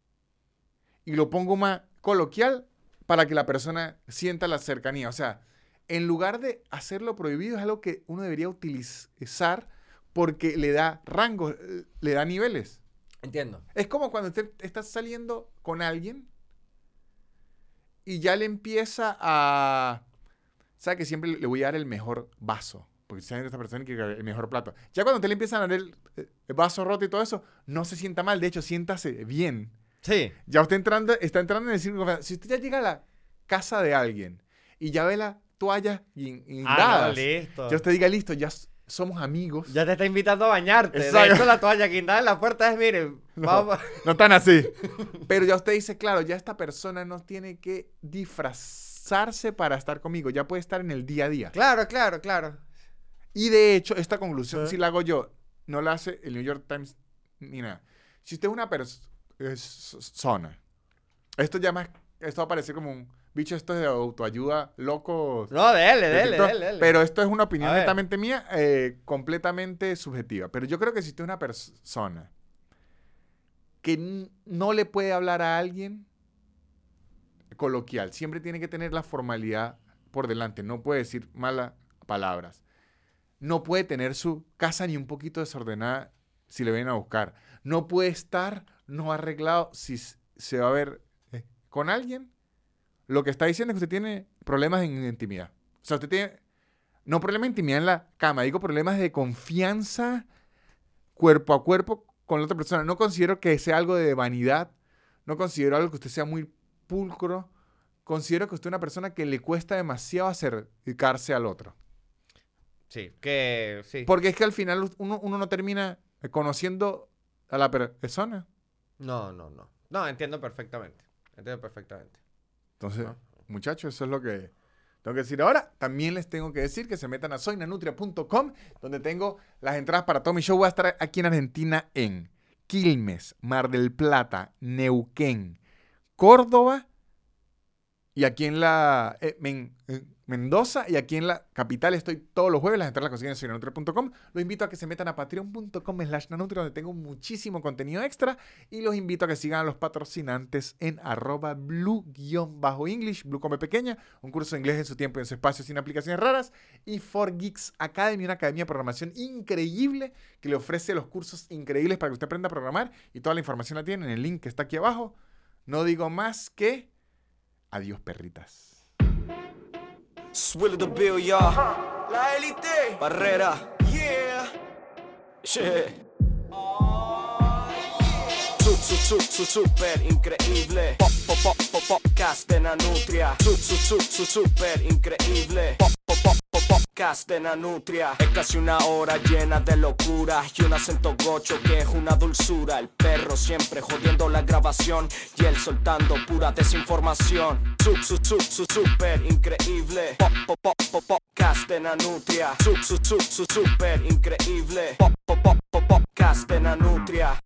y lo pongo más coloquial para que la persona sienta la cercanía. O sea, en lugar de hacerlo prohibido, es algo que uno debería utilizar porque le da rango, eh, le da niveles. Entiendo. Es como cuando usted está saliendo con alguien y ya le empieza a... ¿Sabe que siempre le voy a dar el mejor vaso? Porque saben esta persona que el mejor plato. Ya cuando usted le empieza a dar el, el vaso roto y todo eso, no se sienta mal. De hecho, siéntase bien. Sí. Ya usted entrando, está entrando en el círculo. de confianza. Si usted ya llega a la casa de alguien y ya ve la toalla guin- Ah, no, guindadas, listo. ya usted diga, listo, ya s- somos amigos. Ya te está invitando a bañarte. De Exacto. hecho, la toalla guindada en la puerta es, miren, No. vamos... No tan así. Pero ya usted dice, claro, ya esta persona no tiene que disfrazarse para estar conmigo. Ya puede estar en el día a día. Claro, claro, claro. Y de hecho, esta conclusión, ¿Eh? si la hago yo, no la hace el New York Times ni nada. Si usted es una persona, esto ya más, esto va a parecer como un bicho, esto es de autoayuda, locos. No, dele, de dele, TikTok, dele, dele. Pero esto es una opinión A ver. netamente mía, eh, completamente subjetiva. Pero yo creo que si usted es una persona que n- no le puede hablar a alguien coloquial, siempre tiene que tener la formalidad por delante, no puede decir malas palabras, no puede tener su casa ni un poquito desordenada si le vienen a buscar, no puede estar no arreglado si s- se va a ver eh, con alguien, lo que está diciendo es que usted tiene problemas en intimidad. O sea, usted tiene, no problemas de intimidad en la cama, digo problemas de confianza cuerpo a cuerpo con la otra persona. No considero que sea algo de vanidad, no considero algo que usted sea muy pulcro, considero que usted es una persona que le cuesta demasiado acercarse al otro. Sí, que sí. Porque es que al final uno, uno no termina conociendo a la per- persona. No, no, no. No, entiendo perfectamente. Entiendo perfectamente. Entonces, Ah. muchachos, eso es lo que tengo que decir ahora. También les tengo que decir que se metan a soy nanutria punto com, donde tengo las entradas para todo mi show. Voy a estar aquí en Argentina en Quilmes, Mar del Plata, Neuquén, Córdoba y aquí en la eh, Men- eh, Mendoza y aquí en la capital estoy todos los jueves. Las entradas las consiguen en soy nanutria punto com. Los invito a que se metan a patreon punto com slash nanutria, donde tengo muchísimo contenido extra. Y los invito a que sigan a los patrocinantes en arroba blue-english, blue come pequeña, un curso de inglés en su tiempo y en su espacio sin aplicaciones raras. Y cuatro Geeks Academy, una academia de programación increíble que le ofrece los cursos increíbles para que usted aprenda a programar. Y toda la información la tienen en el link que está aquí abajo. No digo más que adiós, perritas. Swilly the Bill, y'all. La élite. Barrera. Yeah. Yeah. Su, su, su, su, super increíble. Pop, pop, pop, pop, podcast de Nanutria. Su, su, su, su, super increíble. Pop, pop, pop, pop, podcast de Nanutria. Es casi una hora llena de locura y un acento gocho que es una dulzura. El perro siempre jodiendo la grabación y él soltando pura desinformación. Su, su, su, su, super increíble. Pop, pop, pop, pop, podcast de Nanutria. Su, su, su, su, super increíble. Pop, pop, pop, pop, podcast de Nanutria.